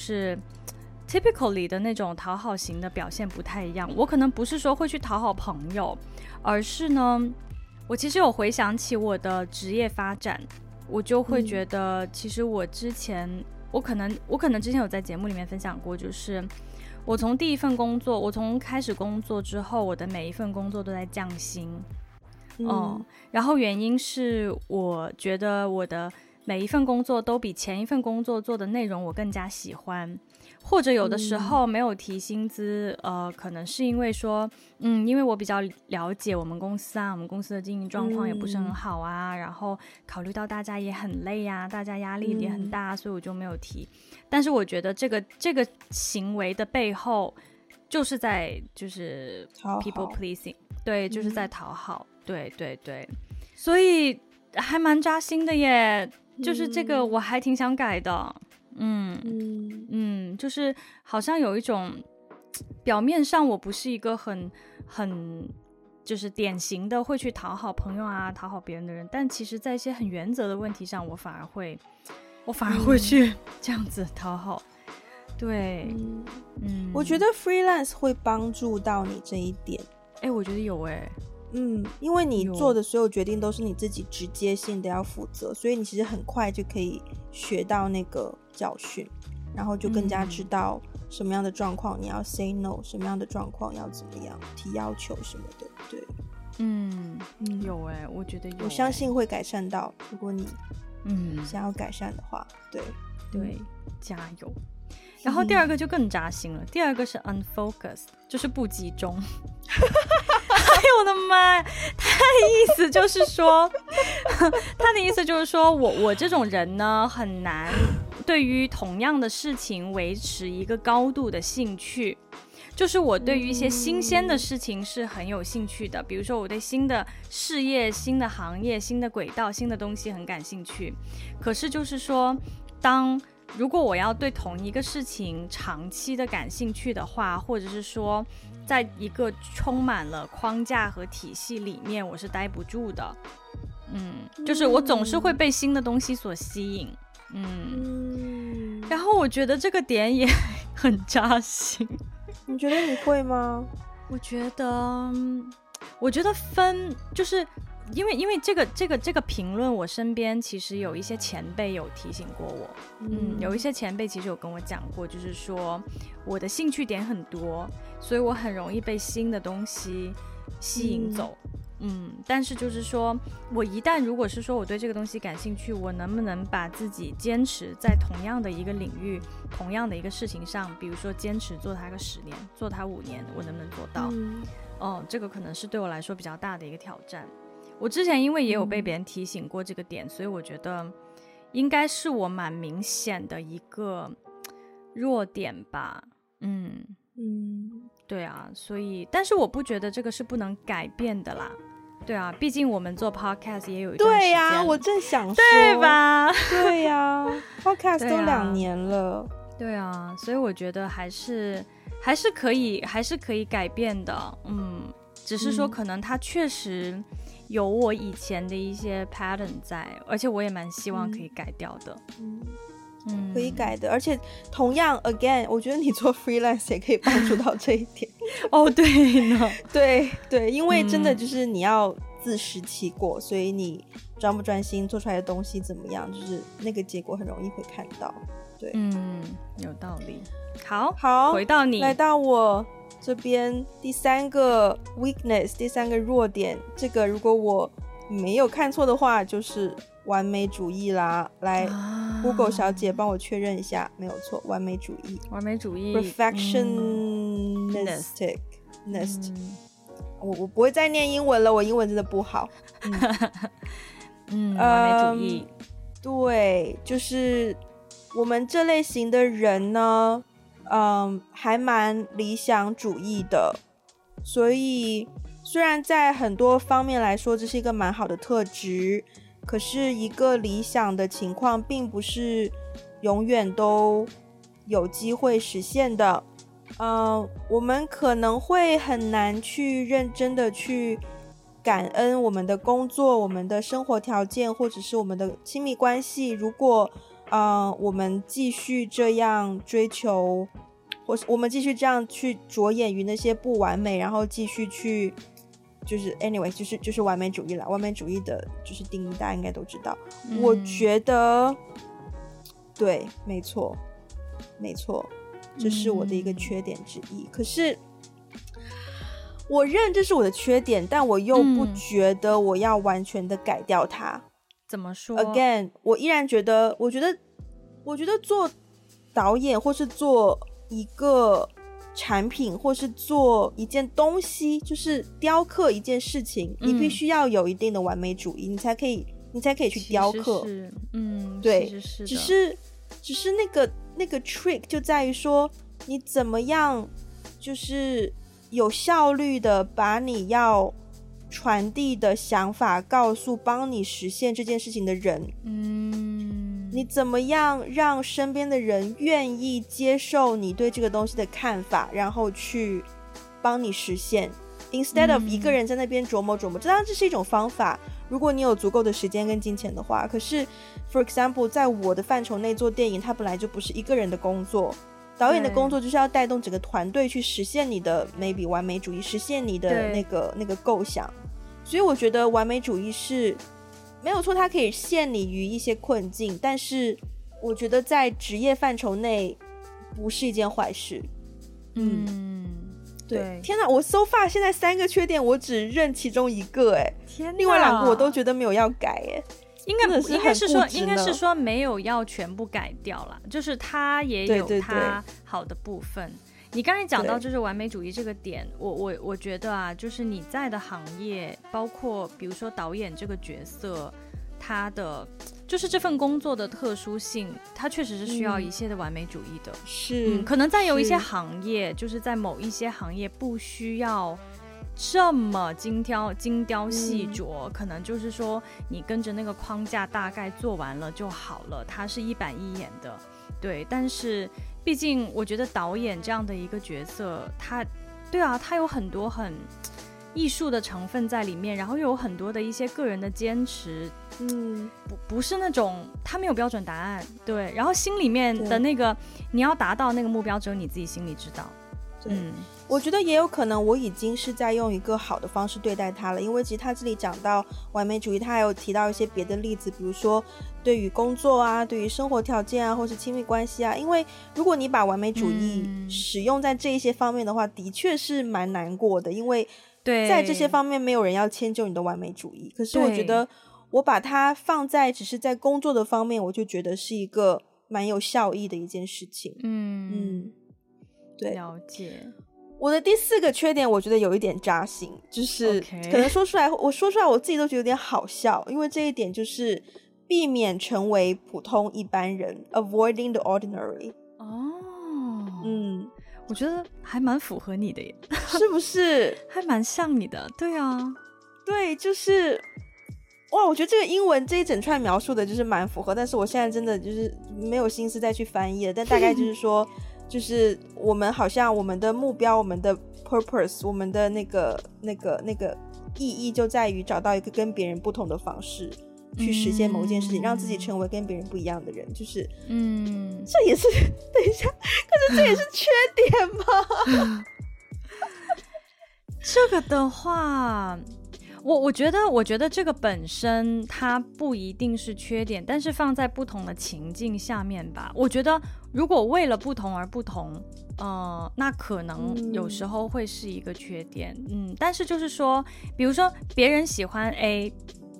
typically 的那种讨好型的表现不太一样。我可能不是说会去讨好朋友，而是呢，我其实有回想起我的职业发展，我就会觉得其实我之前、嗯、我可能我可能之前有在节目里面分享过，就是我从第一份工作，我从开始工作之后，我的每一份工作都在降薪。嗯、哦，然后原因是我觉得我的每一份工作都比前一份工作做的内容我更加喜欢，或者有的时候没有提薪资、嗯、呃，可能是因为说嗯，因为我比较了解我们公司啊，我们公司的经营状况也不是很好啊、嗯、然后考虑到大家也很累啊，大家压力也很大、嗯、所以我就没有提。但是我觉得这个这个行为的背后就是在就是 people pleasing， 对，就是在讨好、嗯，对对对，所以还蛮扎心的耶，就是这个我还挺想改的。嗯嗯嗯，就是好像有一种表面上我不是一个很很就是典型的会去讨好朋友啊讨好别人的人，但其实在一些很原则的问题上我反而会我反而会去这样子讨好。对，嗯, 嗯我觉得 freelance 会帮助到你这一点。 哎，我觉得有哎。 嗯，因为你做的所有决定都是你自己直接性的要负责，所以你其实很快就可以学到那个教训，然后就更加知道什么样的状况你要 say no， 什么样的状况要怎么样提要求什么的。对， 嗯嗯，有哎，我觉得有， 我相信会改善到，如果你嗯想要改善的话，对对，加油。然后第二个就更扎心了，第二个是 unfocused， 就是不集中。哎呦我的妈呀，他的意思就是说他的意思就是说我我这种人呢很难对于同样的事情维持一个高度的兴趣，就是我对于一些新鲜的事情是很有兴趣的，比如说我对新的事业、新的行业、新的轨道、新的东西很感兴趣，可是就是说当如果我要对同一个事情长期的感兴趣的话，或者是说在一个充满了框架和体系里面我是待不住的。嗯，就是我总是会被新的东西所吸引。嗯，然后我觉得这个点也很扎心。 你觉得你会吗？ 我觉得我觉得分就是因为因为这个这个这个评论，我身边其实有一些前辈有提醒过我，嗯，有一些前辈其实有跟我讲过，就是说我的兴趣点很多，所以我很容易被新的东西吸引走，嗯, 嗯，但是就是说我一旦如果是说我对这个东西感兴趣，我能不能把自己坚持在同样的一个领域，同样的一个事情上，比如说坚持做它个十年，做它五年，我能不能做到？嗯，哦，这个可能是对我来说比较大的一个挑战。 我之前因为也有被别人提醒过这个点、嗯、所以我觉得应该是我蛮明显的一个弱点吧。嗯嗯， 对啊，所以但是我不觉得这个是不能改变的啦。对啊，毕竟我们做 podcast 也有一段时间。 对呀、啊，我正想说， 对吧？ 对呀、啊、，podcast 都两年了。 对啊，所以我觉得还是还是可以，还是可以改变的。嗯，只是说可能它确实有我以前的一些 pattern 在，而且我也蛮希望可以改掉的。 嗯。 嗯， 可以改的，而且同样 again 我觉得你做 freelance 也可以帮助到这一点。 哦对呢， 对对，因为真的就是你要自食其果、嗯、所以你专不专心做出来的东西怎么样，就是那个结果很容易会看到。对， 嗯，有道理。好好， 回到你， 来到我这边第三个 weakness， 第三个弱点，这个如果我没有看错的话就是完美主义啦。来、啊、Google 小姐帮我确认一下，没有错，完美主义， 完美主义 perfectionistic、嗯、nest、嗯、我, 我不会再念英文了，我英文真的不好。 嗯, 嗯完美主义、嗯、 对，就是我们这类型的人呢嗯，还蛮理想主义的，所以虽然在很多方面来说这是一个蛮好的特质，可是一个理想的情况并不是永远都有机会实现的。嗯，我们可能会很难去认真的去感恩我们的工作，我们的生活条件，或者是我们的亲密关系，如果嗯，我们继续这样追求，或是我们继续这样去着眼于那些不完美，然后继续去就是 anyway 就是就是完美主义啦。完美主义的就是定义大家应该都知道、嗯、我觉得对，没错没错，这是我的一个缺点之一、嗯、可是我认这是我的缺点，但我又不觉得我要完全的改掉它、嗯、 怎么说 again 我依然觉得我觉得我觉得做导演或是做一个产品或是做一件东西，就是雕刻一件事情、嗯、你必须要有一定的完美主义，你才可以你才可以去雕刻。 是嗯， 对， 其实是的， 只是只是那个那个 trick 就在于说你怎么样就是有效率的把你要传递的想法告诉帮你实现这件事情的人。嗯，你怎么样让身边的人愿意接受你对这个东西的看法，然后去帮你实现 instead of 一个人在那边琢磨琢磨、嗯、当然这是一种方法，如果你有足够的时间跟金钱的话。可是 for example 在我的范畴内做电影，它本来就不是一个人的工作，导演的工作就是要带动整个团队去实现你的 maybe 完美主义，实现你的那个那个构想。所以我觉得完美主义是没有错，它可以陷你于一些困境，但是我觉得在职业范畴内不是一件坏事。嗯，嗯对, 对。天哪，我 so far 现在三个缺点我只认其中一个，哎，天哪，另外两个我都觉得没有要改，哎。 应该应该是说应该是说没有要全部改掉啦，就是它也有它好的部分。对对对，你刚才讲到就是完美主义这个点，我我我觉得啊，就是你在的行业，包括比如说导演这个角色，他的就是这份工作的特殊性，它确实是需要一些的完美主义的。嗯、是、嗯，可能在有一些行业，就是在某一些行业不需要这么精雕精雕细琢、嗯、可能就是说你跟着那个框架大概做完了就好了，它是一板一眼的。对，但是毕竟我觉得导演这样的一个角色，他对啊，他有很多很艺术的成分在里面，然后又有很多的一些个人的坚持，嗯，不不是那种他没有标准答案，对，然后心里面的那个你要达到那个目标，只有你自己心里知道。 对、嗯，我觉得也有可能我已经是在用一个好的方式对待他了，因为其实他这里讲到完美主义，他还有提到一些别的例子，比如说对于工作啊，对于生活条件啊，或是亲密关系啊，因为如果你把完美主义使用在这一些方面的话、嗯、的确是蛮难过的，因为在这些方面没有人要迁就你的完美主义。可是我觉得我把它放在只是在工作的方面，我就觉得是一个蛮有效益的一件事情。嗯嗯，对， 了解。 我的第四个缺点我觉得有一点扎心，就是、 okay. 可能说出来我说出来我自己都觉得有点好笑，因为这一点就是避免成为普通一般人 avoiding the ordinary。 哦， 嗯， 我觉得还蛮符合你的耶， 是不是还蛮像你的。对啊， 对，就是哇，我觉得这个英文这一整串描述的就是蛮符合，但是我现在真的就是没有心思再去翻译了，但大概就是说就是我们好像我们的目标，我们的 purpose， 我们的那个那个那个意义就在于找到一个跟别人不同的方式去实现某件事情、嗯、让自己成为跟别人不一样的人，就是嗯，这也是等一下可是这也是缺点吗？ 这个的话我我觉得我觉得这个本身它不一定是缺点，但是放在不同的情境下面吧，我觉得如果为了不同而不同呃，那可能有时候会是一个缺点。 嗯, 嗯但是就是说比如说别人喜欢 A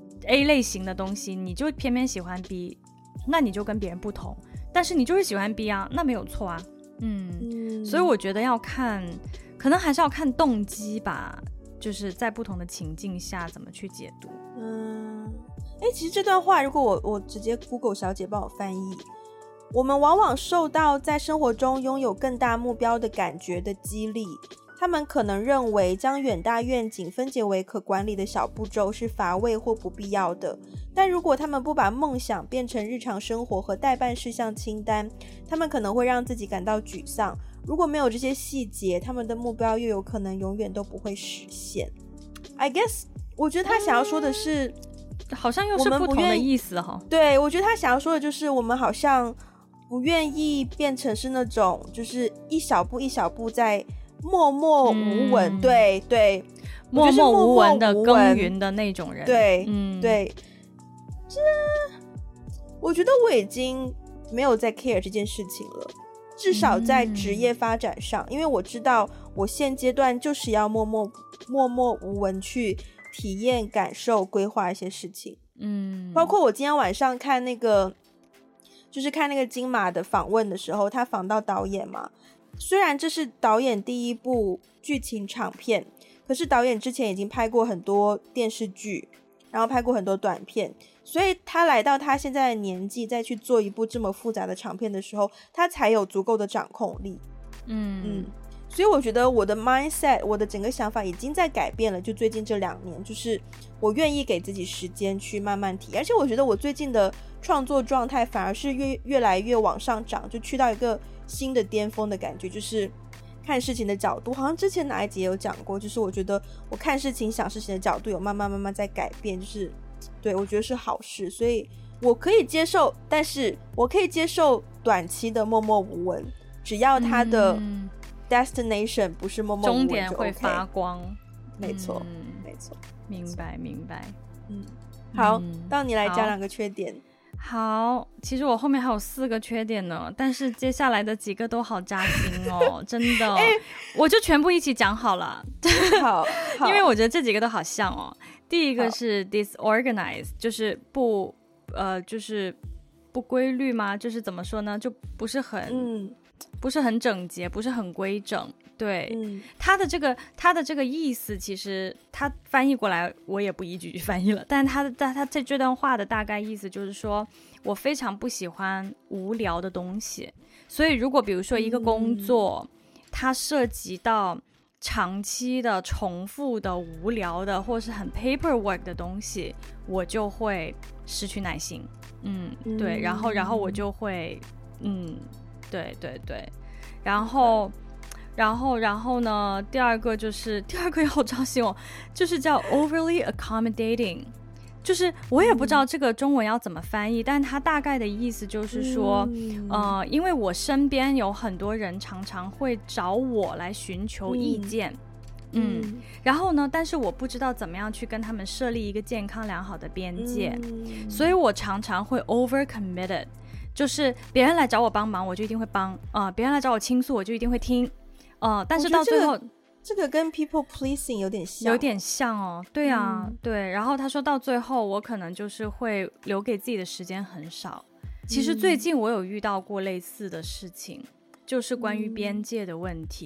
A 类型的东西，你就偏偏喜欢 B， 那你就跟别人不同，但是你就是喜欢 B 啊，那没有错啊。 嗯, 嗯所以我觉得要看，可能还是要看动机吧，就是在不同的情境下怎么去解读。 嗯，哎，其实这段话如果我我直接 Google 小姐帮我翻译，我们往往受到在生活中拥有更大目标的感觉的激励，他们可能认为将远大愿景分解为可管理的小步骤是乏味或不必要的，但如果他们不把梦想变成日常生活和待办事项清单，他们可能会让自己感到沮丧。如果没有这些细节，他们的目标又有可能永远都不会实现。 I guess 我觉得他想要说的是、 嗯、好像又是不同的意思哈。 对，我觉得他想要说的就是我们好像不愿意变成是那种就是一小步一小步在默默无闻、嗯、对对， 默默无闻的耕耘的那种人。 对、嗯、对，这我觉得我已经没有在 care 这件事情了，至少在职业发展上、嗯、因为我知道我现阶段就是要默默默默无闻去体验感受规划一些事情。嗯，包括我今天晚上看那个就是看那个金马的访问的时候，他访到导演嘛，虽然这是导演第一部剧情长片，可是导演之前已经拍过很多电视剧，然后拍过很多短片，所以他来到他现在的年纪再去做一部这么复杂的长片的时候，他才有足够的掌控力。嗯嗯，所以我觉得我的 mindset 我的整个想法已经在改变了，就最近这两年，就是我愿意给自己时间去慢慢体验，而且我觉得我最近的创作状态反而是越越来越往上涨，就去到一个新的巅峰的感觉，就是看事情的角度，好像之前哪一集也有讲过，就是我觉得我看事情想事情的角度有慢慢慢慢在改变，就是对，我觉得是好事，所以我可以接受，但是我可以接受短期的默默无闻，只要它的 destination 不是默默无闻就 OK， 终点会发光。 没错、嗯、没错， 明白明白。 嗯，好、嗯、到你来讲两个缺点。 好，其实我后面还有四个缺点呢，但是接下来的几个都好扎心哦，真的、欸、我就全部一起讲好了。 好, 好因为我觉得这几个都好像哦。第一个是 disorganized， 就是不呃就是不规律吗？就是怎么说呢，就不是很、嗯、不是很整洁，不是很规整。对、嗯、他的这个他的这个意思，其实他翻译过来我也不一句句翻译了，但他的他这这段话的大概意思就是说，我非常不喜欢无聊的东西，所以如果比如说一个工作、嗯、它涉及到长期的重复的无聊的或是很 paperwork 的东西，我就会失去耐心。嗯，对，然后然后我就会嗯对对对，然后然后然后呢第二个就是第二个也好扎心哦，就是叫 overly accommodating， 就是我也不知道这个中文要怎么翻译、嗯、但它大概的意思就是说、嗯、呃，因为我身边有很多人常常会找我来寻求意见， 嗯, 嗯然后呢但是我不知道怎么样去跟他们设立一个健康良好的边界、嗯、所以我常常会 over committed， 就是别人来找我帮忙我就一定会帮，呃，别人来找我倾诉我就一定会听，呃，但是到最后这个跟 people pleasing 有点像， 有点像哦，对啊、嗯、对，然后他说到最后我可能就是会留给自己的时间很少。其實最近我有遇到过类似的事情、嗯、就是关于边界的问题。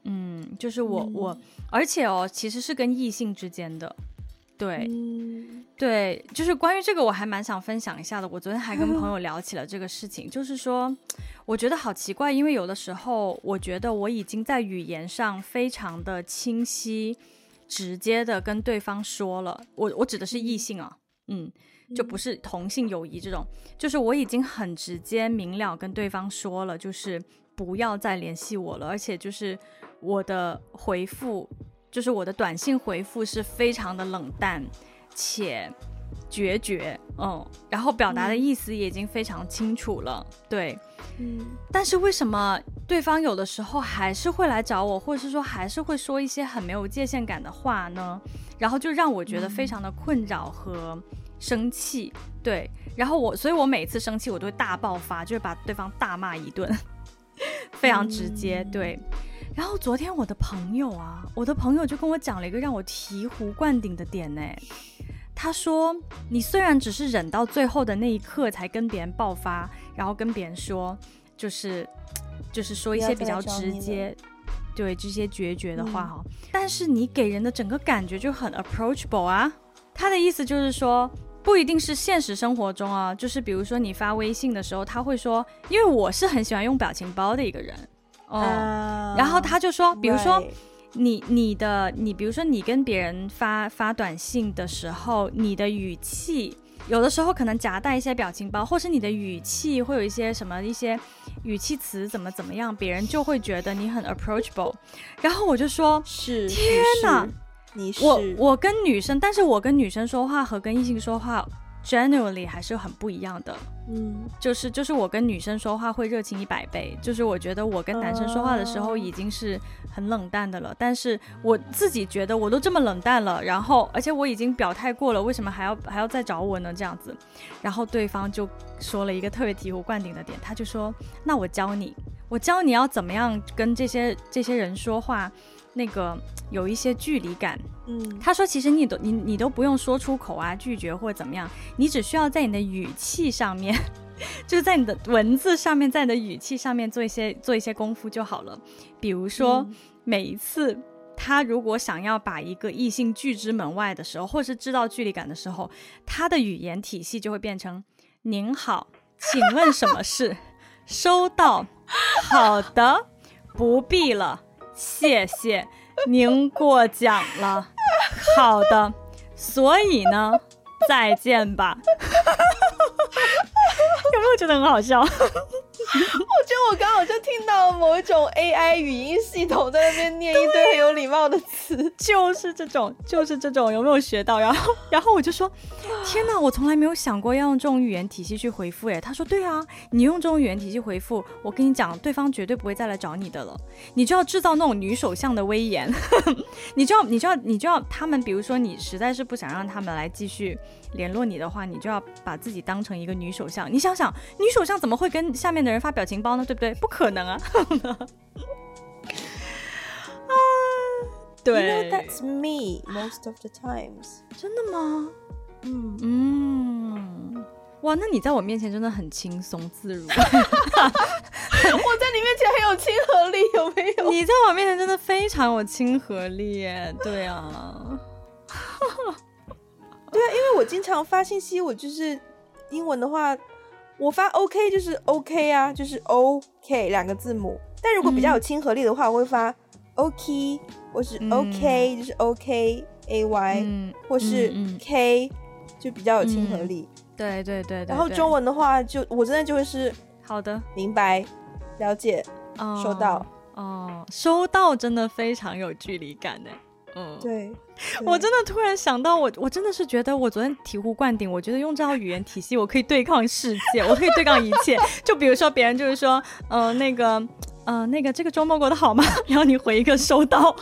嗯，就是我、嗯、我而且哦其实是跟异性之间的，对、嗯、对，就是关于这个我还蛮想分享一下的。我昨天还跟朋友聊起了这个事情就是说我觉得好奇怪，因为有的时候我觉得我已经在语言上非常的清晰直接的跟对方说了，我我指的是异性啊，嗯，就不是同性友谊这种，就是我已经很直接明了跟对方说了，就是不要再联系我了，而且就是我的回复，就是我的短信回复是非常的冷淡且决绝，嗯，然后表达的意思也已经非常清楚了，对，嗯，但是为什么对方有的时候还是会来找我，或者是说还是会说一些很没有界限感的话呢？然后就让我觉得非常的困扰和生气，对，然后我，所以我每次生气我都会大爆发，就会把对方大骂一顿，非常直接，对。然后昨天我的朋友啊，我的朋友就跟我讲了一个让我醍醐灌顶的点呢。他说你虽然只是忍到最后的那一刻才跟别人爆发，然后跟别人说就是就是说一些比较直接对这些决绝的话、嗯、但是你给人的整个感觉就很 approachable 啊。他的意思就是说不一定是现实生活中啊，就是比如说你发微信的时候他会说，因为我是很喜欢用表情包的一个人、哦 uh, 然后他就说比如说、right.你你的你比如说你跟别人发发短信的时候，你的语气有的时候可能夹带一些表情包，或是你的语气会有一些什么一些语气词怎么怎么样，别人就会觉得你很 approachable。 然后我就说是天哪， 你是我我跟女生，但是我跟女生说话和跟异性说话 generally 还是很不一样的。嗯，就是就是我跟女生说话会热情一百倍，就是我觉得我跟男生说话的时候已经是很冷淡的了、uh... 但是我自己觉得我都这么冷淡了，然后而且我已经表态过了，为什么还要还要再找我呢这样子。然后对方就说了一个特别醍醐灌顶的点，他就说那我教你我教你要怎么样跟这些这些人说话，那个有一些距离感。嗯，他说其实你都你你都不用说出口啊，拒绝或者怎么样，你只需要在你的语气上面就是在你的文字上面，在你的语气上面做一些做一些功夫就好了。比如说、嗯、每一次他如果想要把一个异性拒之门外的时候，或是知道距离感的时候，他的语言体系就会变成您好请问什么事收到好的不必了谢谢您过奖了好的所以呢再见吧有没有觉得很好笑？我觉得我刚好就听到了某一种 A I 语音系统在那边念一堆很有礼貌的词， 就是这种就是这种，有没有学到？然后然后我就说天哪，我从来没有想过要用这种语言体系去回复耶。他说对啊，你用这种语言体系回复，我跟你讲对方绝对不会再来找你的了，你就要制造那种女首相的威严你就要你就要你就要他们，比如说你实在是不想让他们来继续联络你的话，你就要把自己当成一个女首相。你想想女首相怎么会跟下面的人发表情包呢，对不对？不可能啊啊对 you know that's me most of the times 真的吗？嗯嗯，哇，那你在我面前真的很轻松自如我在你面前很有亲和力，有没有？ 你在我面前真的非常有亲和力耶。对啊对啊，因为我经常发信息，我就是英文的话我发 OK 就是 OK 啊，就是 OK 两个字母。但如果比较有亲和力的话、嗯、我会发 OK 或是 OK、嗯、就是 OK AY、嗯、或是 K、嗯、就比较有亲和力、 嗯、对, 对, 对, 对, 对。 然后中文的话就我真的就会是好的明白了解、哦、收到哦，收到真的非常有距离感耶。 嗯，对， 我真的突然想到我我真的是觉得我昨天醍醐灌顶，我觉得用这套语言体系我可以对抗世界我可以对抗一切就比如说别人就是说呃那个呃那个这个周末过得好吗然后你回一个收到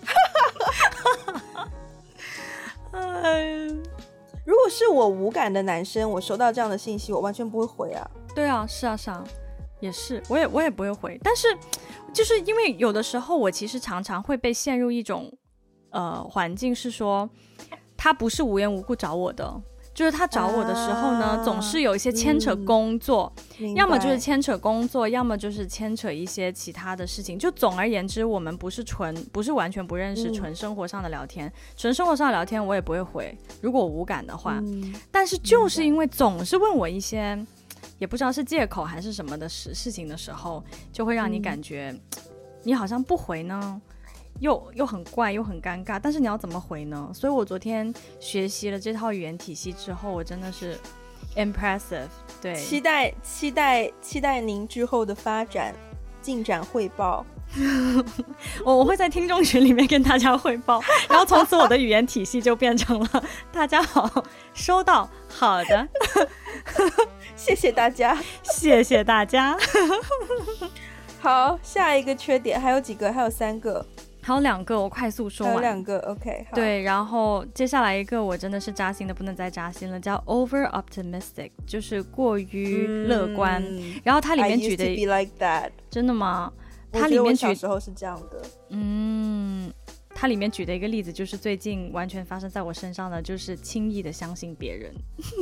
如果是我无感的男生，我收到这样的信息我完全不会回啊。 对啊，是啊是啊，也是，我也我也不会回。但是就是因为有的时候我其实常常会被陷入一种呃环境，是说他不是无缘无故找我的， 就是他找我的时候呢、啊、总是有一些牵扯工作、嗯、要么就是牵扯工作，要么就是牵扯一些其他的事情，就总而言之我们不是纯不是完全不认识、嗯、纯生活上的聊天，纯生活上的聊天我也不会回，如果我无感的话、嗯、但是就是因为总是问我一些也不知道是借口还是什么的事事情的时候，就会让你感觉、嗯、你好像不回呢又又很怪又很尴尬，但是你要怎么回呢？所以我昨天学习了这套语言体系之后，我真的是 impressive。 对， 期待期待期待您之后的发展进展汇报。 我我会在听众群里面跟大家汇报，然后从此我的语言体系就变成了大家好，收到，好的。 谢谢大家， 谢谢大家。 好，下一个缺点还有几个？还有三个， 还有两个，我快速说完。 还有两个 OK 好。 对，然后接下来一个我真的是扎心的不能再扎心了，叫 over optimistic， 就是过于乐观、嗯、然后它里面举的 I used to be like that。 真的吗？ 它里面举我觉得我小时候是这样的。 嗯，它里面举的一个例子就是最近完全发生在我身上的，就是轻易的相信别人。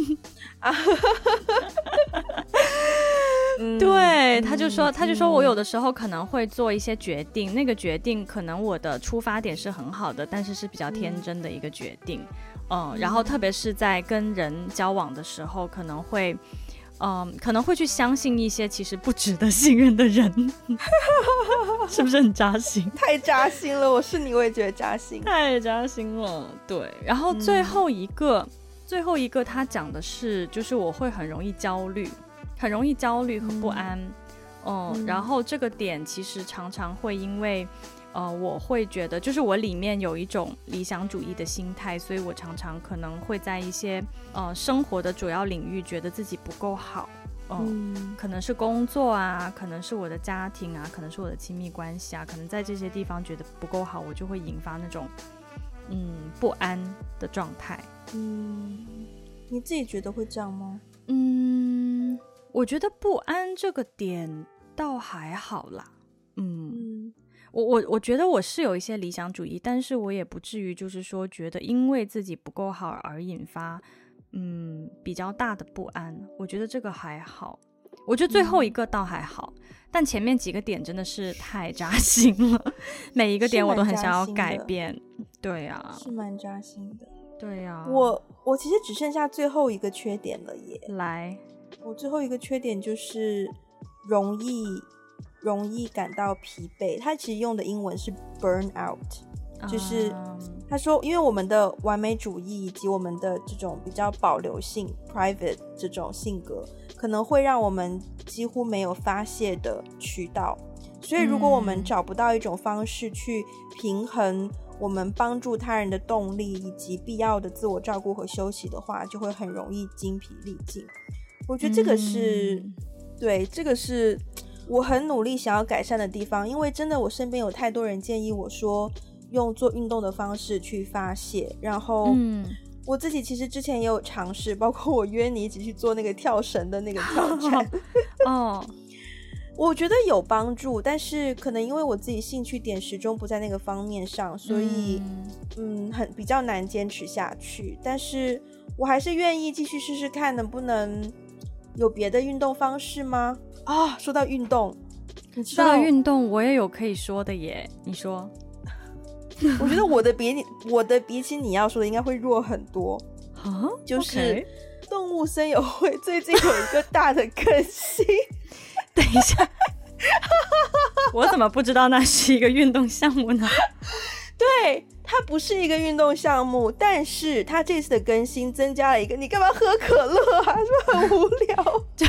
对，他就说他就说我有的时候可能会做一些决定，那个决定可能我的出发点是很好的，但是是比较天真的一个决定。嗯，然后特别是在跟人交往的时候，可能会嗯，可能会去相信一些其实不值得信任的人。是不是很扎心？ 太扎心了，我是你我也觉得扎心， 太扎心了。对，然后最后一个、嗯、最后一个他讲的是就是我会很容易焦虑很容易焦虑和不安。 嗯, 嗯然后这个点其实常常会因为呃，我会觉得就是我里面有一种理想主义的心态，所以我常常可能会在一些呃生活的主要领域觉得自己不够好。嗯, 嗯可能是工作啊，可能是我的家庭啊，可能是我的亲密关系啊，可能在这些地方觉得不够好，我就会引发那种嗯不安的状态。 嗯，你自己觉得会这样吗？ 嗯，我觉得不安这个点倒还好啦。嗯, 嗯我我我觉得我是有一些理想主义，但是我也不至于就是说觉得因为自己不够好而引发嗯比较大的不安，我觉得这个还好。我觉得最后一个倒还好、嗯、但前面几个点真的是太扎心了，每一个点我都很想要改变。对啊， 是蛮扎心的。 对啊， 我我其实只剩下最后一个缺点了耶。 来， 我最后一个缺点就是容易容易感到疲惫，他其实用的英文是 burn out， 就是他说因为我们的完美主义以及我们的这种比较保留性 private 这种性格可能会让我们几乎没有发泄的渠道，所以如果我们找不到一种方式去平衡我们帮助他人的动力以及必要的自我照顾和休息的话，就会很容易精疲力尽。我觉得这个是、嗯、对，这个是我很努力想要改善的地方，因为真的我身边有太多人建议我说用做运动的方式去发泄，然后我自己其实之前也有尝试，包括我约你一起去做那个跳绳的那个挑战。 哦， 我觉得有帮助，但是可能因为我自己兴趣点始终不在那个方面上，所以 嗯, 嗯很比较难坚持下去，但是我还是愿意继续试试看能不能有别的运动方式吗？啊，说到运动，你知道说到运动我也有可以说的耶，你说。 我觉得我的比你我的比起你要说的应该会弱很多。 啊， 就是动物森友会最近有一个大的更新。 等一下，我怎么不知道那是一个运动项目呢？ 对，它不是一个运动项目，但是它这次的更新增加了一个，你干嘛喝可乐啊？是不是很无聊？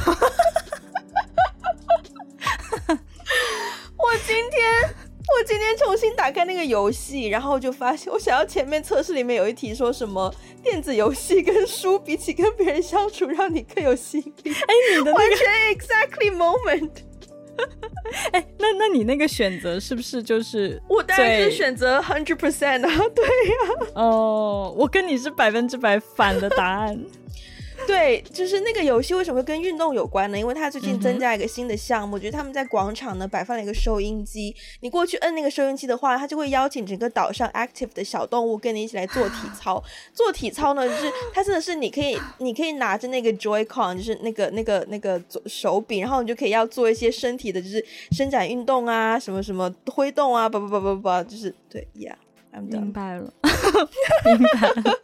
我今天我今天重新打开那个游戏，然后就发现我想要前面测试里面有一题说什么电子游戏跟书比起跟别人相处让你更有吸引力。 哎，你的、那个、 完全 exactly moment。 哎，那那你那个选择是不是就是我当然是选择 百分之百 啊？对呀、啊。 哦，我跟你是百分之百反的答案。 对，就是那个游戏为什么会跟运动有关呢？因为它最近增加一个新的项目，嗯、就是他们在广场呢摆放了一个收音机，你过去摁那个收音机的话，它就会邀请整个岛上 active 的小动物跟你一起来做体操。做体操呢，就是它真的是你可以，你可以拿着那个 Joy-Con， 就是那个那个那个手柄，然后你就可以要做一些身体的，就是伸展运动啊，什么什么挥动啊，叭叭叭叭叭，就是对 ，Yeah，I'm done。 明白了，明白了。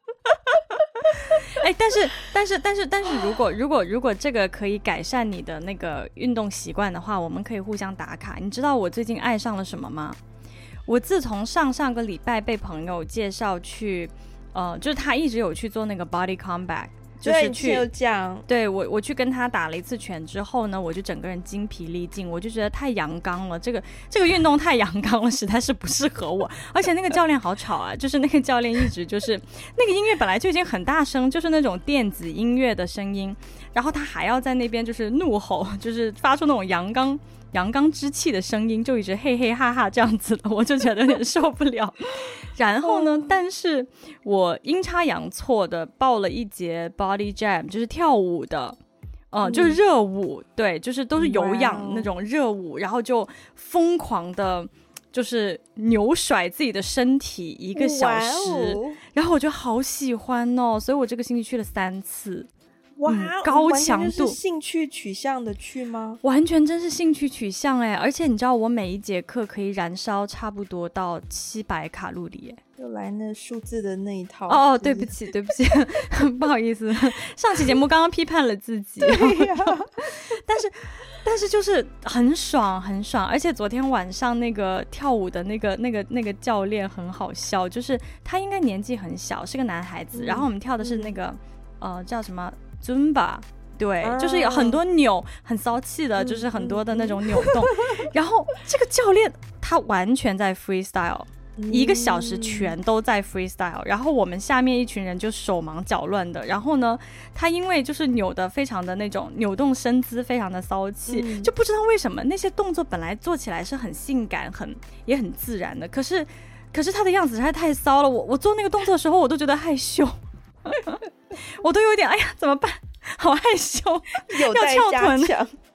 哎，但是但是但是但是如果如果如果这个可以改善你的那个运动习惯的话，我们可以互相打卡。你知道我最近爱上了什么吗？我自从上上个礼拜被朋友介绍去，呃，就是他一直有去做那个 body combat。就是去对, 讲对我我去跟他打了一次拳之后呢，我就整个人精疲力尽，我就觉得太阳刚了，这个这个运动太阳刚了，实在是不适合我。而且那个教练好吵啊，就是那个教练一直就是那个音乐本来就已经很大声，就是那种电子音乐的声音，然后他还要在那边就是怒吼，就是发出那种阳刚阳刚之气的声音，就一直嘿嘿哈哈这样子的，我就觉得有点受不了。然后呢，但是我阴差阳错的报了一节 body jam， 就是跳舞的，呃，嗯、就是热舞，对，就是都是有氧那种热舞，然后就疯狂的，就是扭甩自己的身体一个小时，然后我就好喜欢哦，所以我这个星期去了三次。 哇、 嗯，高强度， 完全就是兴趣取向的去吗？ 完全真是兴趣取向哎！而且你知道，我每一节课可以燃烧差不多到七百卡路里哎。 又来那数字的那一套哦哦，对不起对不起，不好意思，上期节目刚刚批判了自己。 对呀、啊， 但是但是就是很爽很爽，而且昨天晚上那个跳舞的那个那个那个教练很好笑，就是他应该年纪很小，是个男孩子，嗯、然后我们跳的是那个、嗯、呃叫什么？尊吧，对、啊，就是有很多扭，很骚气的，就是很多的那种扭动。嗯、然后这个教练他完全在 freestyle，、嗯、一个小时全都在 freestyle。然后我们下面一群人就手忙脚乱的。然后呢，他因为就是扭的非常的那种扭动身姿，非常的骚气、嗯，就不知道为什么那些动作本来做起来是很性感、很也很自然的，可是可是他的样子实在太骚了。我我做那个动作的时候，我都觉得害羞。我都有点哎呀怎么办，好害羞， 有待加强， 就,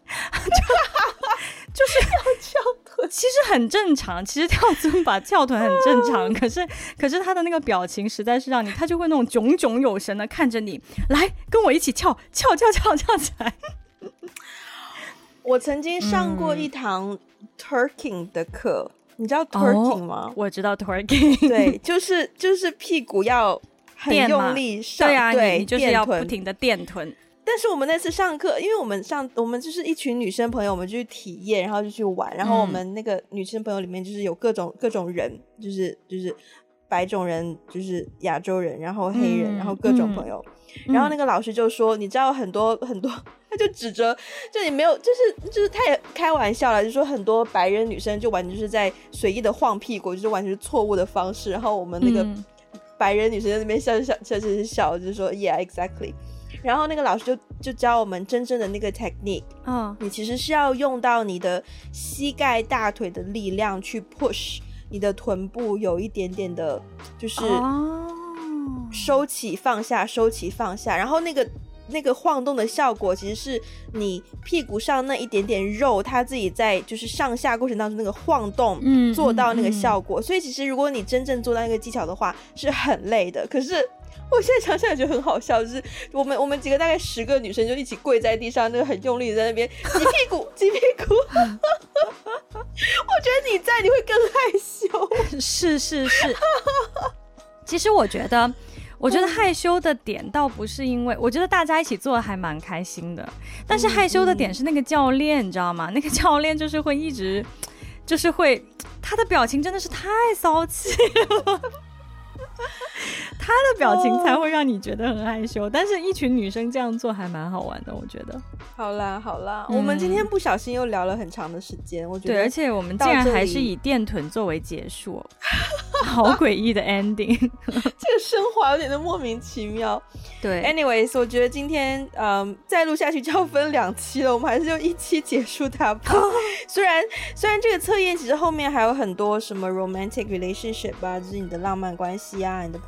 就是要翘臀，其实很正常，其实跳尊巴翘臀很正常，可是可是他的那个表情实在是让你，他就会那种炯炯有神的看着你，来跟我一起翘翘翘翘翘起来。 我曾经上过一堂 twerking 的课、嗯、你知道 twerking 吗、 哦、我知道 twerking， 对，就是就是屁股要很用力上， 对啊， 对， 你, 你就是要不停的垫臀。 但是我们那次上课，因为我们上我们就是一群女生朋友，我们就去体验，然后就去玩，然后我们那个女生朋友里面就是有各种各种人，就是就是白种人，就是亚洲人，然后黑人、嗯、然后各种朋友、嗯、然后那个老师就说、嗯、你知道很多很多，他就指着，就你没有，就是就是他也开玩笑了，就说很多白人女生就完全就是在随意的晃屁股，就是完全是错误的方式，然后我们那个、嗯白人女生在那边笑笑笑笑笑，就是说 yeah exactly， 然后那个老师就就教我们真正的那个 technique， 嗯，你其实是要用到你的膝盖大腿的力量去 push 你的臀部有一点点的就是收起放下收起放下，然后那个那个晃动的效果其实是你屁股上那一点点肉它自己在就是上下过程当中那个晃动做到那个效果、嗯嗯嗯、所以其实如果你真正做到那个技巧的话是很累的，可是我现在想想也觉得很好笑，就是我们我们几个大概十个女生就一起跪在地上，那个很用力的在那边挤屁股挤屁股我觉得你在你会更害羞。 是是是其实我觉得我觉得害羞的点倒不是因为我觉得大家一起做的还蛮开心的，但是害羞的点是那个教练、嗯、你知道吗？那个教练就是会一直就是会他的表情真的是太骚气了他的表情才会让你觉得很害羞、哦、但是一群女生这样做还蛮好玩的，我觉得。 好啦好啦、嗯、我们今天不小心又聊了很长的时间，我觉得对，而且我们竟然还是以电臀作为结束好诡异的 ending 这个升华有点的莫名其妙。 对 anyways 我觉得今天嗯再录下去就要分两期了，我们还是就一期结束它吧虽然虽然这个测验其实后面还有很多什么 romantic relationship 啊，就是你的浪漫关系啊，你的朋友啊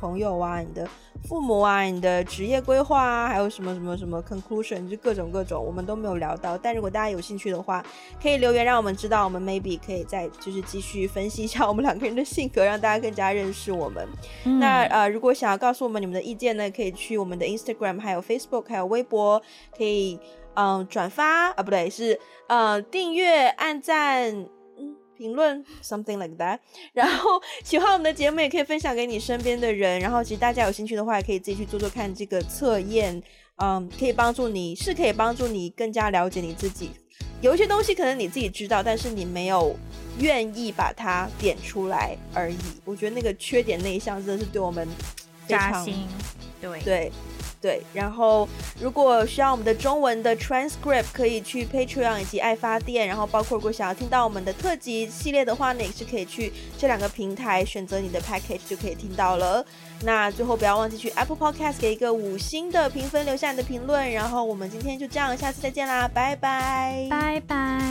啊，你的父母啊，你的职业规划啊，还有什么什么什么 conclusion， 就各种各种我们都没有聊到。但如果大家有兴趣的话，可以留言让我们知道，我们 maybe 可以再就是继续分析一下我们两个人的性格，让大家更加认识我们。嗯、那呃，如果想要告诉我们你们的意见呢，可以去我们的 Instagram 还有 Facebook 还有微博，可以嗯转发啊不对是呃订阅按赞评论 something like that， 然后喜欢我们的节目也可以分享给你身边的人，然后其实大家有兴趣的话也可以自己去做做看这个测验，嗯，可以帮助你是可以帮助你更加了解你自己，有一些东西可能你自己知道，但是你没有愿意把它点出来而已。我觉得那个缺点内向真的是对我们非常扎心，对对对，然后如果需要我们的中文的 transcript 可以去 Patreon 以及爱发电，然后包括如果想要听到我们的特辑系列的话呢，也是可以去这两个平台选择你的 package 就可以听到了。那最后不要忘记去 Apple Podcast 给一个五星的评分，留下你的评论，然后我们今天就这样，下次再见啦，拜拜拜拜。